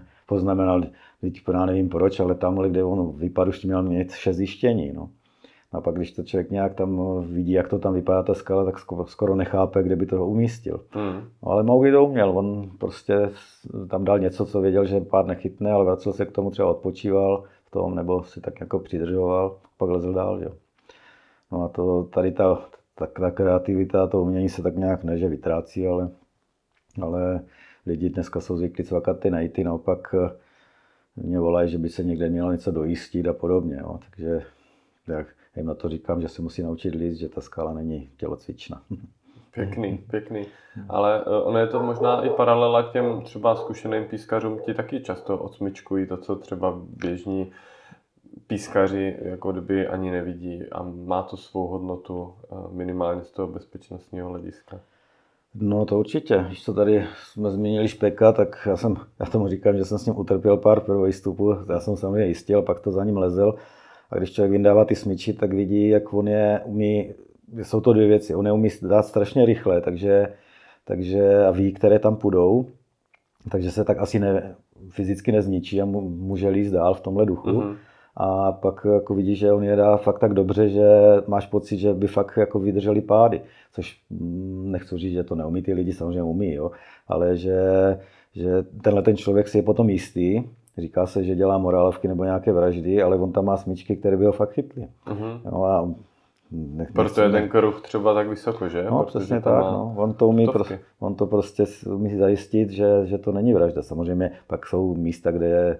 poznamenal, teď já nevím proč, ale tamhle, kde on vypadl, už měl mít šest zjištění. No. A pak, když to člověk nějak tam vidí, jak to tam vypadá ta skala, tak skoro nechápe, kde by to umístil. Hmm. No, ale Maury to uměl, on prostě tam dal něco, co věděl, že pár nechytne, ale vracel se k tomu, třeba odpočíval v tom, nebo si tak jako přidržoval, pak lezl dál, že? No a to tady ta, ta, ta kreativita, to umění se tak nějak ne, že vytrácí, ale, ale lidi dneska jsou zvyklí cvakat ty nejty, naopak mě volají, že by se někde mělo něco dojistit a podobně, no. Takže jak jim na to říkám, že se musí naučit líst, že ta skála není tělocvična. Pěkný, pěkný. Ale ono je to možná i paralela těm třeba zkušeným pískařům, ti taky často odsmyčkují to, co třeba běžní pískaři jako kdyby ani nevidí a má to svou hodnotu minimálně z toho bezpečnostního hlediska. No to určitě. Když to tady jsme zmínili Špeka, tak já, jsem, já tomu říkám, že jsem s ním utrpěl pár prvovýstupů. Já jsem samozřejmě jistil, pak to za ním lezel. A když člověk vyndává ty smyči, tak vidí, jak on je umí, jsou to dvě věci. On je umí dát strašně rychle, takže, takže a ví, které tam půjdou. Takže se tak asi ne, fyzicky nezničí a může líst dál v tomhle duchu. Mm-hmm. A pak jako vidíš, že on je dá fakt tak dobře, že máš pocit, že by fakt jako vydrželi pády. Což nechci říct, že to neumí, ty lidi samozřejmě umí, jo? Ale že, že tenhle ten člověk si je potom jistý. Říká se, že dělá morálovky nebo nějaké vraždy, ale on tam má smyčky, které by ho fakt chytly. Mm-hmm. No a nech, proto je ten kruh třeba tak vysoko, že? No, protože přesně tak. No. On, to umí pro, on to prostě umí zajistit, že, že to není vražda. Samozřejmě pak jsou místa, kde je,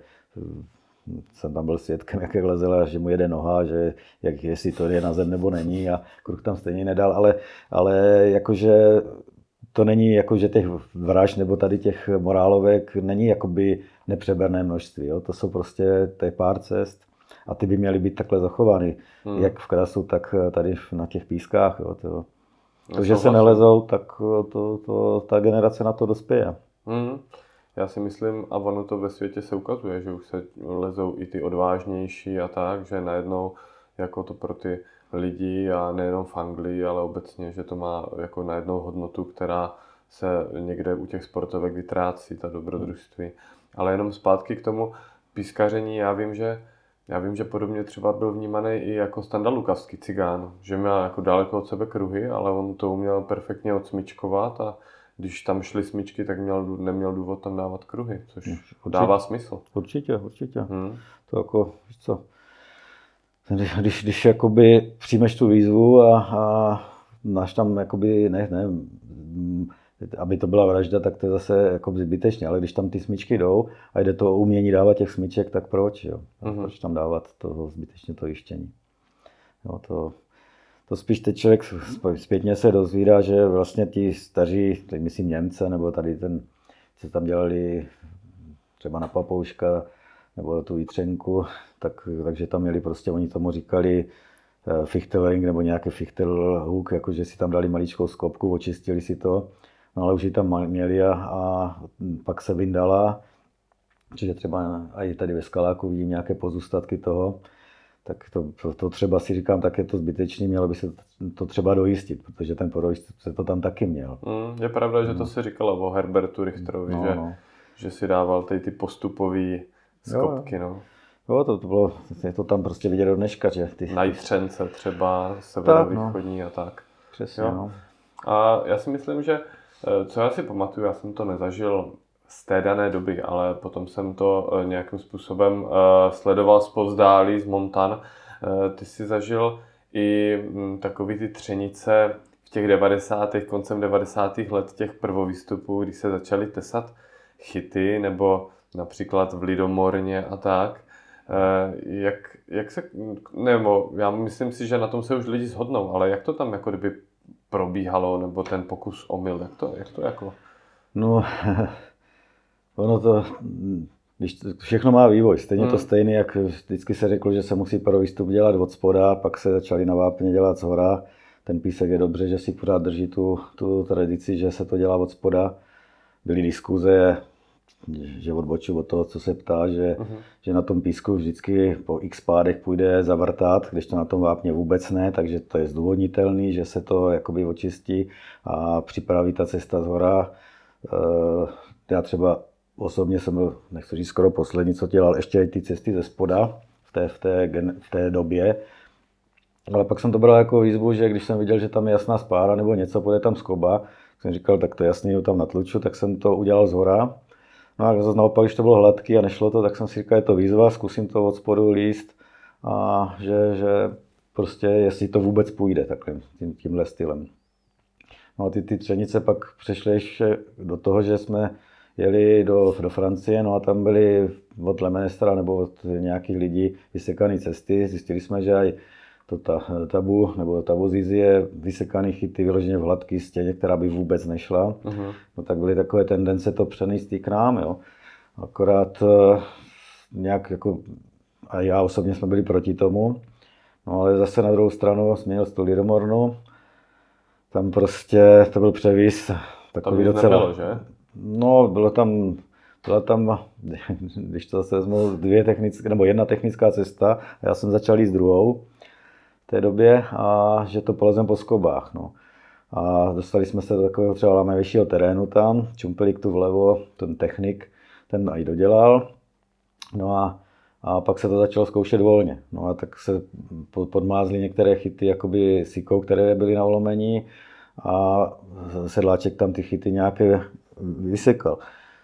jsem tam byl svědkem, jak lezel a že mu jede noha, že jak, jestli to je na zem nebo není a kruh tam stejně nedal, ale, ale jakože to není jako, že těch vražd nebo tady těch morálovek není jakoby nepřeberné množství. Jo? To jsou prostě těch pár cest a ty by měly být takhle zachovány. Hmm. Jak v Krasu, tak tady na těch pískách. Jo? To, to že se nelezou, tak to, to, ta generace na to dospěje. Hmm. Já si myslím, a ono to ve světě se ukazuje, že už se lezou i ty odvážnější a tak, že najednou jako to pro ty lidi a nejenom v Anglii, ale obecně, že to má jako najednou hodnotu, která se někde u těch sportovek vytrácí, ta dobrodružství. Ale jenom zpátky k tomu pískaření, já vím, že já vím, že podobně třeba byl vnímaný i jako Standa Lukavský cigán, že měl jako daleko od sebe kruhy, ale on to uměl perfektně odsmyčkovat a když tam šly smyčky, tak měl, neměl důvod tam dávat kruhy, což určitě dává smysl. Určitě, určitě. Hmm. To jako, víš co, když, když jakoby přijmeš tu výzvu a, a máš tam jakoby, ne, ne, aby to byla vražda, tak to je zase jako zbytečně, ale když tam ty smyčky jdou a jde to umění dávat těch smyček, tak proč, jo? Hmm. Proč tam dávat to zbytečně to jištění? Jo, to, To spíš teď člověk zpětně se dozvídá, že vlastně ti staří, teď myslím Němce, nebo tady ten, co tam dělali třeba na Papouška, nebo tu Jitřenku, tak, takže tam měli prostě, oni tomu říkali Fichtelring nebo nějaký Fichtelhook, jakože si tam dali maličkou skobku, očistili si to, no ale už ji tam měli a, a pak se vyndala, čiže třeba i tady ve Skaláku vidím nějaké pozůstatky toho, tak to, to, to třeba si říkám, tak je to zbytečný, mělo by se to třeba dojistit, protože ten porojist se to tam taky měl. Mm, je pravda, že no. To se říkalo o Herbertu Richterovi, no, že, no. že si dával tady ty postupové skobky. Jo, no. jo to, to bylo, je to tam prostě vidět do dneška, že ty... Na Jitřence třeba, severovýchodní no. a tak. Přesně, no. A já si myslím, že, co já si pamatuju, já jsem to nezažil z té dané doby, ale potom jsem to nějakým způsobem uh, sledoval zpovzdálí z Montan. Uh, ty jsi zažil i um, takový ty třenice v těch devadesátých, koncem devadesátých let těch prvovýstupů, kdy se začaly tesat chyty, nebo například v Lidomorně a tak. Uh, jak, jak se, nebo já myslím si, že na tom se už lidi shodnou, ale jak to tam jako kdyby probíhalo, nebo ten pokus omyl, jak to, jak to jako? No... Ono to, když všechno má vývoj, stejně hmm. to stejný, jak vždycky se řeklo, že se musí prvovýstup dělat od spoda, pak se začali na vápně dělat zhora. Ten písek je dobře, že si pořád drží tu, tu tradici, že se to dělá od spoda. Byly diskuze, že odboču od toho, co se ptá, že, hmm. že na tom písku vždycky po x pádech půjde zavrtat, když to na tom vápně vůbec ne, takže to je zdůvodnitelný, že se to jakoby očistí a připraví ta cesta zhora. Já třeba osobně jsem byl, nechci říct skoro poslední, co dělal ještě ty cesty ze spoda v té, v té, v té době. Ale pak jsem to bral jako výzvu, že když jsem viděl, že tam je jasná spára nebo něco, půjde tam skoba, tak jsem říkal, tak to jasně, ho tam natluču, tak jsem to udělal zhora. No a zase naopak, když to bylo hladký a nešlo to, tak jsem si říkal, je to výzva, zkusím to od spodu líst a že, že prostě, jestli to vůbec půjde takhle, tím, tímhle stylem. No a ty, ty třenice pak přešly ještě do toho, že jsme jeli do, do Francie, no a tam byly od Lemenestra nebo od nějakých lidí vysekané cesty. Zjistili jsme, že aj to ta, tabu nebo tabu zizi je vysekaný chyty vyloženě v hladké stěně, která by vůbec nešla. Uh-huh. No tak byly takové tendence to přenést k nám, jo. Akorát nějak jako, a já osobně jsme byli proti tomu. No ale zase na druhou stranu jsme měli tu Lidomornu. Tam prostě to byl převis takový to docela. Nebylo, že? No, bylo tam, byla tam, když to zase vezmu, dvě technické, nebo jedna technická cesta a já jsem začal jít s druhou v té době a že to polezem po skobách, no. A dostali jsme se do takového třeba lámavějšího terénu tam, Čumpelík tu vlevo, ten technik, ten aj dodělal, no a, a pak se to začalo zkoušet volně, no a tak se podmázly některé chyty jakoby sikou, které byly na ulomení a sedláček tam ty chyty nějaké vysekal.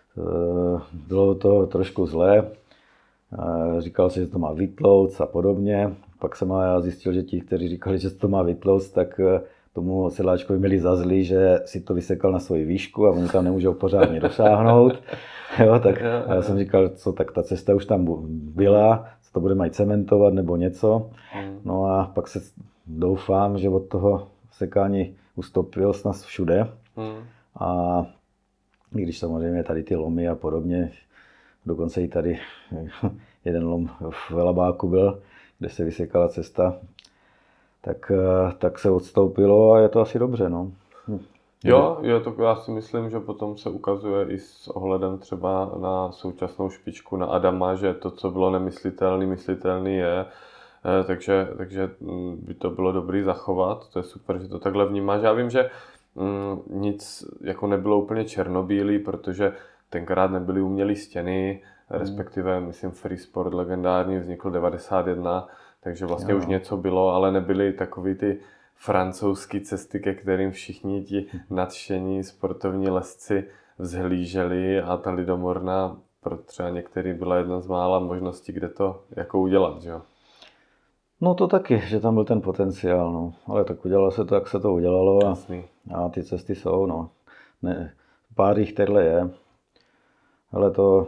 Bylo to trošku zlé, říkal si, že to má vytlouc a podobně. Pak jsem já zjistil, že ti, kteří říkali, že to má vytlouc, tak tomu sedláčkovi měli za zlý, že si to vysekal na svoji výšku a oni tam nemůžou pořádně dosáhnout. Jo, tak já jsem říkal, co tak ta cesta už tam byla, co to bude mají cementovat nebo něco. No a pak se doufám, že od toho sekání ustoupil snad všude. A i když samozřejmě tady ty lomy a podobně, dokonce i tady jeden lom v Velabáku byl, kde se vysekala cesta, tak, tak se odstoupilo a je to asi dobře, no. Jo, je to, já si myslím, že potom se ukazuje i s ohledem třeba na současnou špičku, na Adama, že to, co bylo nemyslitelný, myslitelný je, takže, takže by to bylo dobrý zachovat, to je super, že to takhle vnímáš. Já vím, že mm, nic jako nebylo úplně černobílý, protože tenkrát nebyly umělé stěny, respektive, myslím, Freesport legendární vznikl devadesát jedna, takže vlastně jo. Už něco bylo, ale nebyly takový ty francouzské cesty, ke kterým všichni ti nadšení sportovní lezci vzhlíželi a ta Lidomorna pro třeba některý byla jedna z mála možností, kde to jako udělat, že jo? No to taky, že tam byl ten potenciál, no. Ale tak udělalo se to, jak se to udělalo a, a ty cesty jsou, no. Ne, pár jich terle je, ale to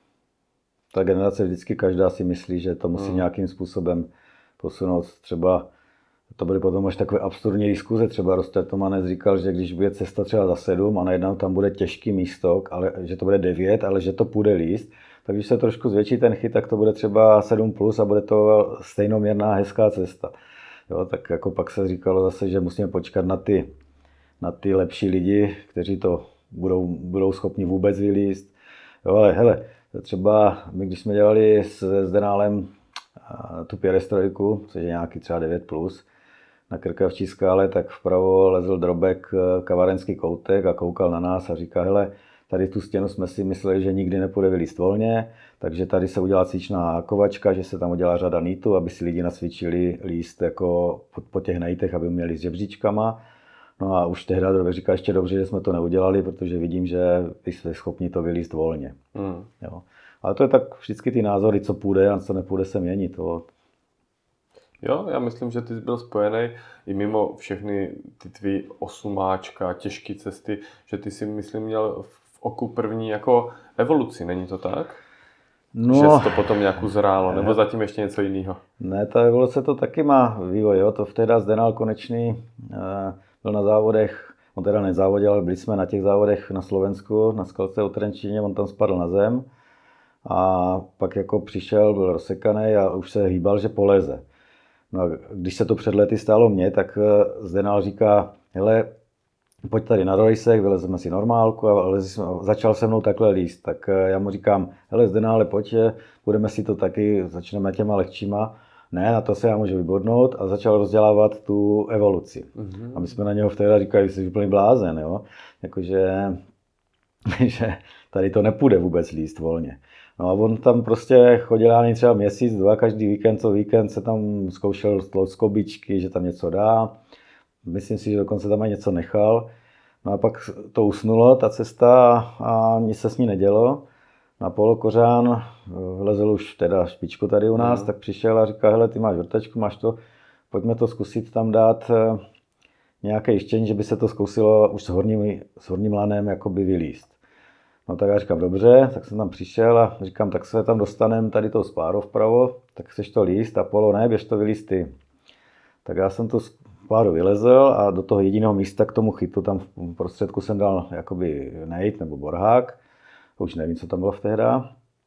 ta generace vždycky každá si myslí, že to musí hmm. nějakým způsobem posunout. Třeba to byly potom až takové absurdní diskuze, třeba Roster Tomanec říkal, že když bude cesta třeba za sedm a najednou tam bude těžký místok, ale že to bude devět, ale že to půjde líst, tak když se trošku zvětší ten chyt, tak to bude třeba sedm plus a bude to stejnoměrná hezká cesta. Jo, tak jako pak se říkalo zase, že musíme počkat na ty, na ty lepší lidi, kteří to budou, budou schopni vůbec vylíst. Jo, ale hele, třeba my když jsme dělali s Zdenálem tu pěrestrojku, což je nějaký třeba devět plus, na Krkavčí skále, tak vpravo lezl Drobek kavarenský koutek a koukal na nás a říká, hele, tady tu stěnu jsme si mysleli, že nikdy nepůjde vylíst volně, takže tady se udělá cvičná kovačka, že se tam udělá řada nýtů, aby si lidi nacvičili líst jako po, po těch nejtech, aby měli s žebříčkama. No a už tehdy Drobek říká, ještě dobře, že jsme to neudělali, protože vidím, že jsme schopni to vylíst volně. Hmm. Jo. Ale to je tak vždycky ty názory, co půjde a co nepůjde, se mění. To... Jo, já myslím, že ty jsi byl spojený i mimo všechny ty tvý osmáčka, těžké cesty, že ty si, myslím, měl v oku první jako evoluci, není to tak? No, že to potom nějak uzrálo, ne, nebo zatím ještě něco jiného? Ne, ta evoluce to taky má vývoj, jo. To vtedy Zdenál Konečný byl na závodech, on teda nezávodil, ale byli jsme na těch závodech na Slovensku, na skalce u Trenčíně, on tam spadl na zem a pak jako přišel, byl rozsekaný a už se hýbal, že poleze. No a když se to před lety stálo mně, tak Zdenál říká, hele, pojď tady na rojsek, vylezeme si normálku a začal se mnou takhle líst. Tak já mu říkám, hele Zdenále, pojď, budeme si to taky, začneme těma lehčíma. Ne, na to se já můžu vybodnout a začal rozdělávat tu evoluci. Mm-hmm. A my jsme na něho vtedy říkali, že jsi úplný blázen, jo. Jakože, že tady to nepůjde vůbec líst volně. No a on tam prostě chodil ani třeba měsíc, dva, každý víkend, co víkend se tam zkoušel z kobičky, že tam něco dá. Myslím si, že dokonce tam aj něco nechal. No a pak to usnulo, ta cesta, a nic se s ní nedělo. Na polokořán vylezl už teda špičku tady u nás, mm. tak přišel a říká, hele, ty máš vrtačku, máš to, pojďme to zkusit tam dát nějaké ještění, že by se to zkusilo už s horním, s horním lanem jakoby vylíst. No tak já říkám, dobře, tak jsem tam přišel a říkám, tak se tam dostaneme tady tou spárou vpravo, tak chceš to líst, a Polo, ne, běž to vylíst ty. Tak já jsem tu spáru vylezl a do toho jediného místa k tomu chytu, tam v prostředku jsem dal jakoby nejt nebo borhák, už nevím, co tam bylo v té hra.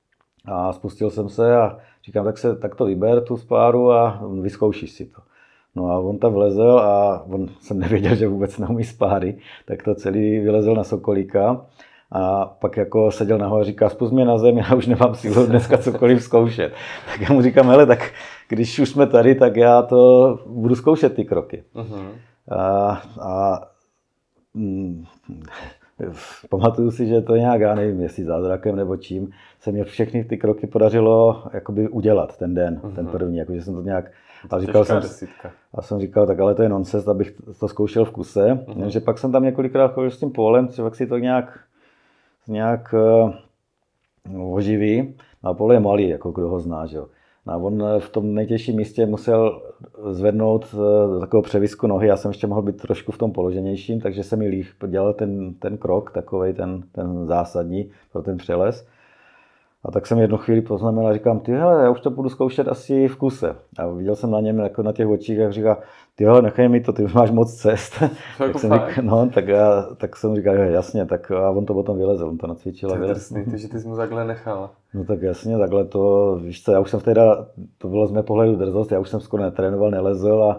A spustil jsem se a říkám, tak, se, tak to vyber tu spáru a vyzkoušíš si to. No a on tam vlezl a on jsem nevěděl, že vůbec neumí spáry, tak to celý vylezl na Sokolíka. A pak jako seděl nahoře a říká, spust mě na zem, já už nemám sílu dneska cokoliv zkoušet. Tak já mu říkám, hele, tak když už jsme tady, tak já to budu zkoušet ty kroky. Uh-huh. A, a mm, pamatuju si, že to nějak, já nevím, jestli zázrakem nebo čím, se mě všechny ty kroky podařilo jakoby udělat ten den, uh-huh. ten první, jakože jsem to nějak... A říkal jsem, a jsem říkal, tak ale to je nonsens, abych to zkoušel v kuse. Uh-huh. Jenže pak jsem tam několikrát chodil s tím Polem, třeba si to nějak nějak uh, oživí. A Polo je malý, jako kdo ho zná, že jo. A on v tom nejtěžším místě musel zvednout uh, takovou převisku nohy, já jsem ještě mohl být trošku v tom položenějším, takže se mi líh dělal ten, ten krok, takovej ten, ten zásadní pro ten přelez. A tak jsem jednu chvíli poznamenal a říkám, ty hele, já už to budu zkoušet asi v kuse. A viděl jsem na něm jako na těch očích, jak říká, ty hele, nechaj mi to, ty už máš moc cest. tak, jsem říkal, no, tak, já, tak jsem říkal, jasně, tak a on to potom vylezl, on to nacvičil. To je drsný, ty, že ty jsi mu takhle nechal. No tak jasně, takhle to, víš co, já už jsem teda, to bylo z mého pohledu drzost, já už jsem skoro netrénoval, nelezl a,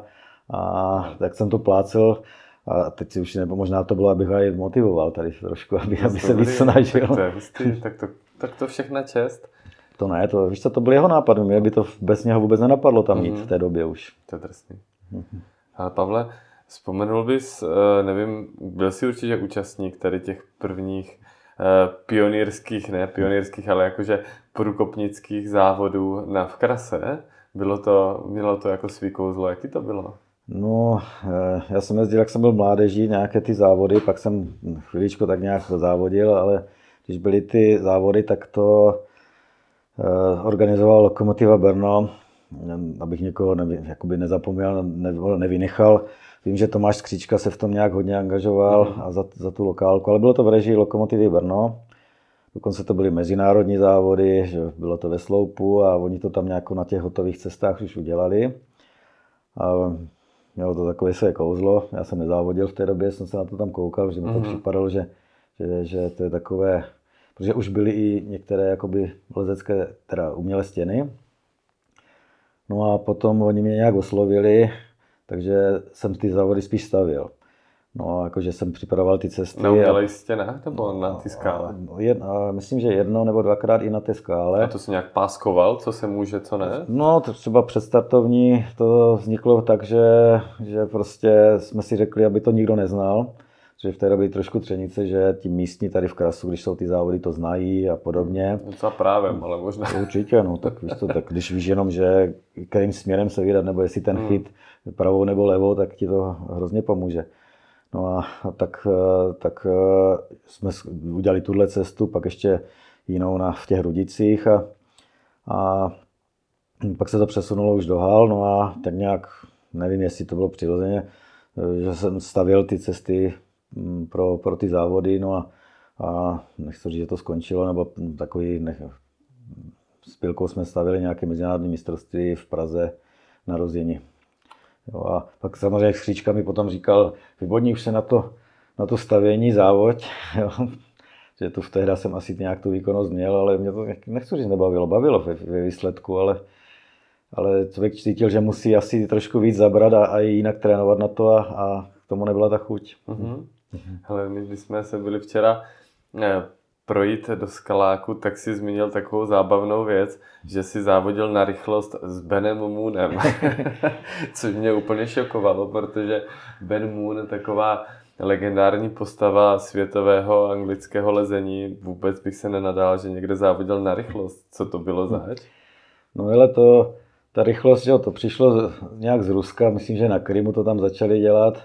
a tak jsem to plácel. A teď si už nebo možná to bylo, abych ho i motivoval tady trošku, aby, aby se víc snažil. Tak to je hustý, tak to, tak to všechna čest. To ne, to, víš co, to byl jeho nápad, mě by to bez něho vůbec nenapadlo tam jít mm-hmm. v té době už. To je drsný. Mm-hmm. Ale Pavle, vzpomenul bys, nevím, byl jsi určitě účastník tady těch prvních pionýrských, ne pionýrských, ale jakože průkopnických závodů na v krase. Bylo to, mělo to jako svý kouzlo, jaký to bylo? No, já jsem jezdil, jak jsem byl mládeží, nějaké ty závody, pak jsem chviličku tak nějak závodil, ale když byly ty závody, tak to organizoval Lokomotiva Brno, abych někoho nevy, jakoby nezapomněl, nebo nevynechal. Vím, že Tomáš Skříčka se v tom nějak hodně angažoval mm-hmm. a za, za tu lokálku, ale bylo to v režii Lokomotivy Brno. Dokonce to byly mezinárodní závody, že bylo to ve sloupu a oni to tam nějak na těch hotových cestách už udělali. A mělo to takové své kouzlo, já jsem nezávodil v té době, jsem se na to tam koukal, že mi to mm-hmm. připadalo, že, že, že to je takové, protože už byly i některé jakoby lezecké, teda umělé stěny. No a potom oni mě nějak oslovili, takže jsem ty závody spíš stavil. No, jakože jsem připravoval ty cesty. Na umělých stěnách nebo na ty skále? Jed, myslím, že jedno nebo dvakrát i na té skále. A to jsi nějak páskoval, co se může, co ne? No, to třeba předstartovní to vzniklo tak, že, že prostě jsme si řekli, aby to nikdo neznal. Že v té době trošku třenice, že ti místní tady v Krasu, když jsou ty závody, to znají a podobně. Za právem, ale možná. Určitě, no, tak víš to, tak když víš jenom, že kterým směrem se vydat, nebo jestli ten chyt pravou nebo levou, tak ti to hrozně pomůže. No a, a tak, tak jsme udělali tuhle cestu, pak ještě jinou na, v těch Rudicích a, a pak se to přesunulo už do hal, no a tak nějak, nevím, jestli to bylo přirozeně, že jsem stavěl ty cesty pro, pro ty závody, no a, a nechci říct, že to skončilo, nebo takový, nech, s Pilkou jsme stavili nějaké mezinárodní mistrovství v Praze na Rozděni. Jo, a pak samozřejmě Skříčka mi potom říkal, Vybodní, už se na to, na to stavění závoď, jo, že tu v té hře jsem asi nějak tu výkonnost měl, ale mě to nechci říct nebavilo, bavilo ve, ve výsledku, ale, ale člověk cítil, že musí asi trošku víc zabrat a, a jinak trénovat na to a, a k tomu nebyla ta chuť. Mm-hmm. Ale my, když jsme se byli včera ne, projít do Skaláku, tak si zmínil takovou zábavnou věc, že si závodil na rychlost s Benem Moonem. Což mě úplně šokovalo, protože Ben Moon, taková legendární postava světového anglického lezení. Vůbec bych se nenadal, že někde závodil na rychlost. Co to bylo zač? No ale to, ta rychlost, jo, to přišlo nějak z Ruska, myslím, že na Krymu to tam začali dělat.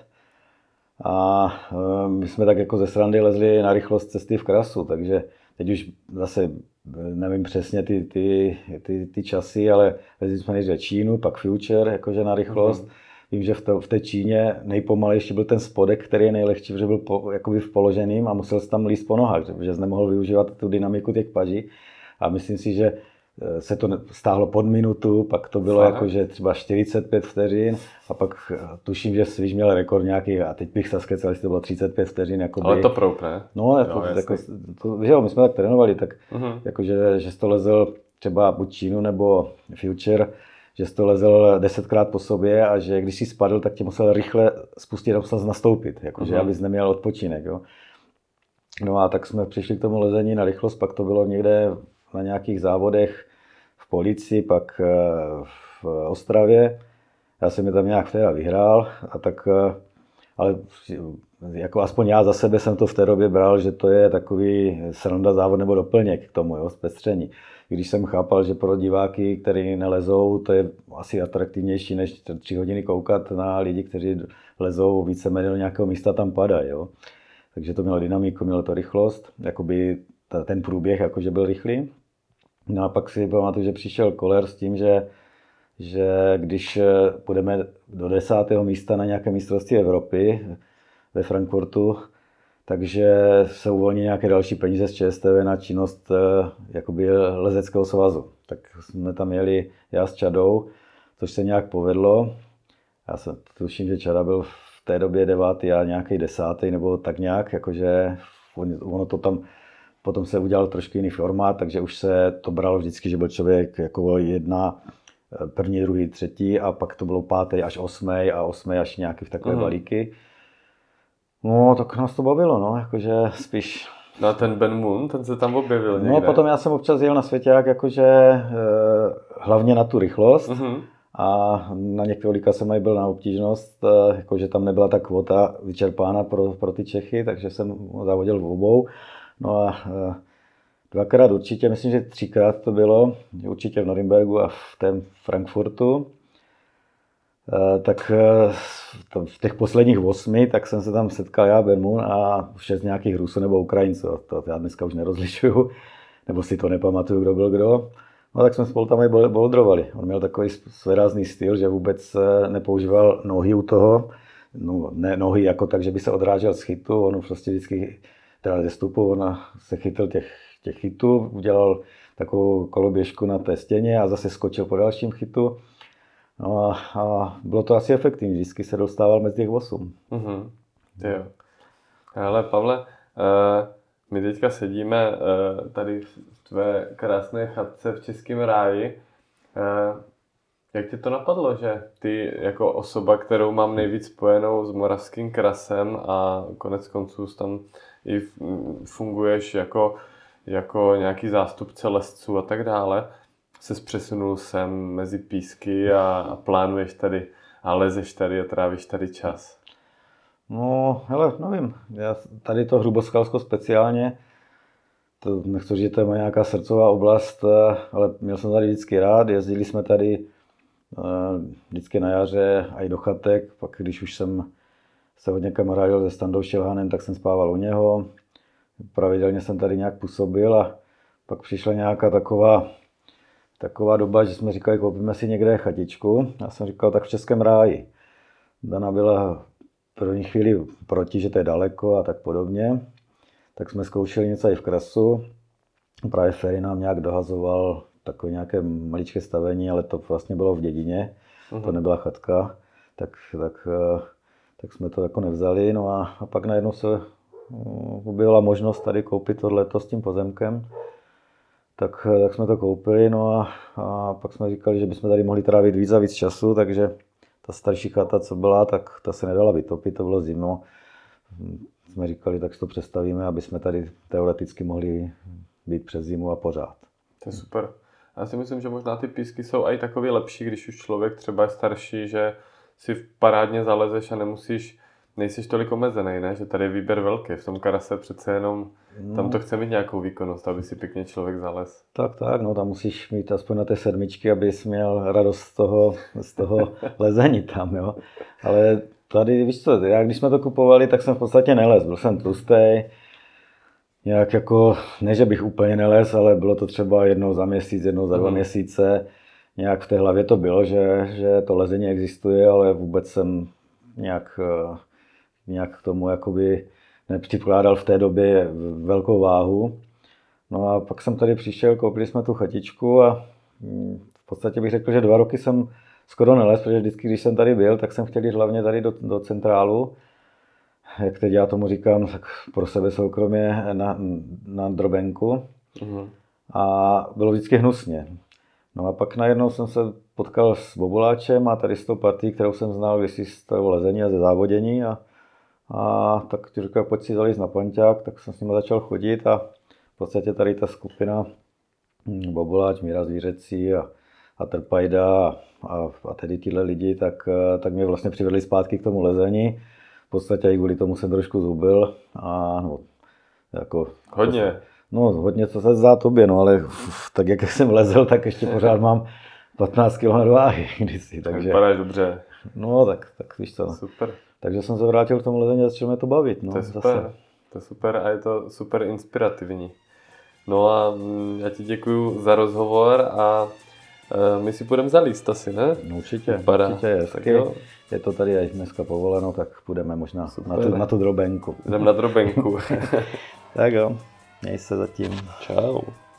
A my jsme tak jako ze srandy lezli na rychlost cesty v krasu, takže teď už zase nevím přesně ty, ty, ty, ty časy, ale lezli jsme nejdřív Čínu, pak Future, jakože na rychlost. Mm-hmm. Vím, že v, to, v té Číně nejpomalejší byl ten spodek, který je nejlehčí, protože byl po, jakoby v položeným a musel se tam líst po nohách, protože jsi nemohl využívat tu dynamiku těch paží. A myslím si, že se to stáhlo pod minutu, pak to bylo jako, že třeba čtyřicet pět vteřin a pak tuším, že Sviš měl rekord nějaký a teď bych se skecal, jestli to bylo třicet pět vteřin. Jakoby. Ale to prouk, ne? No, jako, jo, jako, to, že jo, my jsme tak trénovali, tak uh-huh. jako, že, že jsi to lezl třeba buď Čínu nebo Future, že jsi to lezl desetkrát po sobě a že když jsi spadl, tak tě musel rychle spustit a musel nastoupit, jakože uh-huh. abys neměl odpočinek. Jo. No a tak jsme přišli k tomu lezení na rychlost, pak to bylo někde na nějakých závodech v Policii, pak v Ostravě. Já jsem je tam nějak teda vyhrál, a tak, ale jako aspoň já za sebe jsem to v té době bral, že to je takový sranda závod nebo doplněk k tomu, jo, zpestření. Když jsem chápal, že pro diváky, kteří nelezou, to je asi atraktivnější, než tři hodiny koukat na lidi, kteří lezou víceméně do nějakého místa, tam padají. Jo. Takže to mělo dynamiku, mělo to rychlost, jakoby ten průběh jakože byl rychlý. No a pak si pamatuju, že přišel Koller s tím, že, že když půjdeme do desátého místa na nějaké mistrovství Evropy ve Frankfurtu, takže se uvolní nějaké další peníze z ČSTV na činnost jakoby lezeckého svazu. Tak jsme tam jeli já s Čadou, což se nějak povedlo. Já se tuším, že Čada byl v té době devátý a nějaký desátý nebo tak nějak, jakože ono to tam potom se udělal trošku jiný formát, takže už se to bralo vždycky, že byl člověk jako jedna, první, druhý, třetí a pak to bylo pátý až osmý a osmý až nějaký v takové mm. balíky. No, tak nás to bavilo, no, jakože spíš. No a ten Ben Moon, ten se tam objevil někde. No, potom já jsem občas jel na Svěťák, jakože eh, hlavně na tu rychlost mm-hmm. a na několika jsem byl na obtížnost, eh, jakože tam nebyla ta kvota vyčerpána pro, pro ty Čechy, takže jsem závodil v obou. No a eh, dvakrát určitě, myslím, že třikrát to bylo, určitě v Norimbergu a v tém Frankfurtu. Tak v těch posledních osmi, tak jsem se tam setkal já, Ben Moon a šest nějakých Rusů nebo Ukrajinců. To já dneska už nerozlišuju, nebo si to nepamatuju, kdo byl kdo. No tak jsme spolu tam i boldrovali. On měl takový svérázný styl, že vůbec nepoužíval nohy u toho. No, ne nohy jako tak, že by se odrážel z chytu. On prostě vždycky, teda ze stupu, on se chytil těch, těch chytů, udělal takovou koloběžku na té stěně a zase skočil po dalším chytu. No a, a bylo to asi efektivní, vždycky se dostával mezi těch osm. Mm-hmm. Jo. Ale Pavle, uh, my teďka sedíme uh, tady v tvé krásné chatce v Českém ráji. Uh, jak ti to napadlo, že ty jako osoba, kterou mám nejvíc spojenou s moravským krasem a konec konců tam i funguješ jako, jako nějaký zástupce lesců a tak dále, se přesunul sem mezi písky a, a plánuješ tady a lezeš tady a trávíš tady čas? No, hele, nevím. Já tady to Hruboskalsko speciálně, to nechci říct, že to je moje nějaká srdcová oblast, ale měl jsem tady vždycky rád. Jezdili jsme tady vždycky na jaře a i do chatek. Pak když už jsem se hodně kamarádil se Standou Šilhanem, tak jsem spával u něho. Pravidelně jsem tady nějak působil a pak přišla nějaká taková Taková doba, že jsme říkali, koupíme si někde chatičku. Já jsem říkal, tak v Českém ráji. Dana byla v první chvíli proti, že to je daleko a tak podobně. Tak jsme zkoušeli něco i v Krasu. Právě Ferry nám nějak dohazoval takové nějaké maličké stavení, ale to vlastně bylo v dědině. Uh-huh. To nebyla chatka. Tak, tak, tak jsme to jako nevzali. No a, a pak najednou se objevila možnost tady koupit tohleto s tím pozemkem. Tak, tak jsme to koupili, no a, a pak jsme říkali, že bychom tady mohli trávit víc a víc času, takže ta starší chata, co byla, tak ta se nedala vytopit, to bylo zimo. Jsme říkali, tak si to přestavíme, aby jsme tady teoreticky mohli být přes zimu a pořád. To je super. Já si myslím, že možná ty písky jsou i takový lepší, když už člověk třeba je starší, že si parádně zalezeš a nemusíš nejsiš tolik omezený, ne? Že tady je výběr velký. V tom karase přece jenom, No. tam to chce mít nějakou výkonnost, aby si pěkně člověk zalez. Tak, tak, no tam musíš mít aspoň na té sedmičky, abys měl radost z toho, z toho lezení tam, jo. Ale tady, víš co, já když jsme to kupovali, tak jsem v podstatě nelez, byl jsem tlustý. Nějak jako, ne že bych úplně nelez, ale bylo to třeba jednou za měsíc, jednou za dva Mhm. měsíce. Nějak v té hlavě to bylo, že, že to lezení existuje, ale vůbec jsem nějak, eh, nějak k tomu jakoby nepřikládal v té době velkou váhu. No a pak jsem tady přišel, koupili jsme tu chatičku a mm, v podstatě bych řekl, že dva roky jsem skoro nelez, protože vždycky, když jsem tady byl, tak jsem chtěl jít hlavně tady do, do centrálu. Jak teď já tomu říkám, tak pro sebe soukromě na, na drobenku. Mhm. A bylo vždycky hnusně. No a pak najednou jsem se potkal s Bobuláčem a tady s tou partií, kterou jsem znal kdysi z toho lezení a ze závodění. A, a tak ti říkal, pojď si zalíst na panťák, tak jsem s nimi začal chodit a v podstatě tady ta skupina hm, Bobuláč, Míra Zvířecí a, a Trpajda a, a, a tedy tyhle lidi, tak, tak mě vlastně přivedli zpátky k tomu lezení. V podstatě i kvůli tomu jsem trošku zubil a no, jako... Hodně. No hodně, co se zdá tobě, no ale uf, tak jak jsem lezel, tak ještě pořád mám patnáct kilogramů váhy kdysi, Tak takže... vypadáš dobře. No tak, tak víš co, Super. takže jsem se vrátil k tomu lezení a začal mě to bavit, no To je super. zase. To je super a je to super inspirativní. No a mm, já ti děkuju za rozhovor a e, my si půjdeme zalíst asi, ne? No určitě, Vypadá. určitě je, Tak taky, jo. je to tady až dneska povoleno, tak půjdeme možná Super. na tu, na tu drobenku. Jdem na drobenku. Tak jo, měj se zatím. Čau.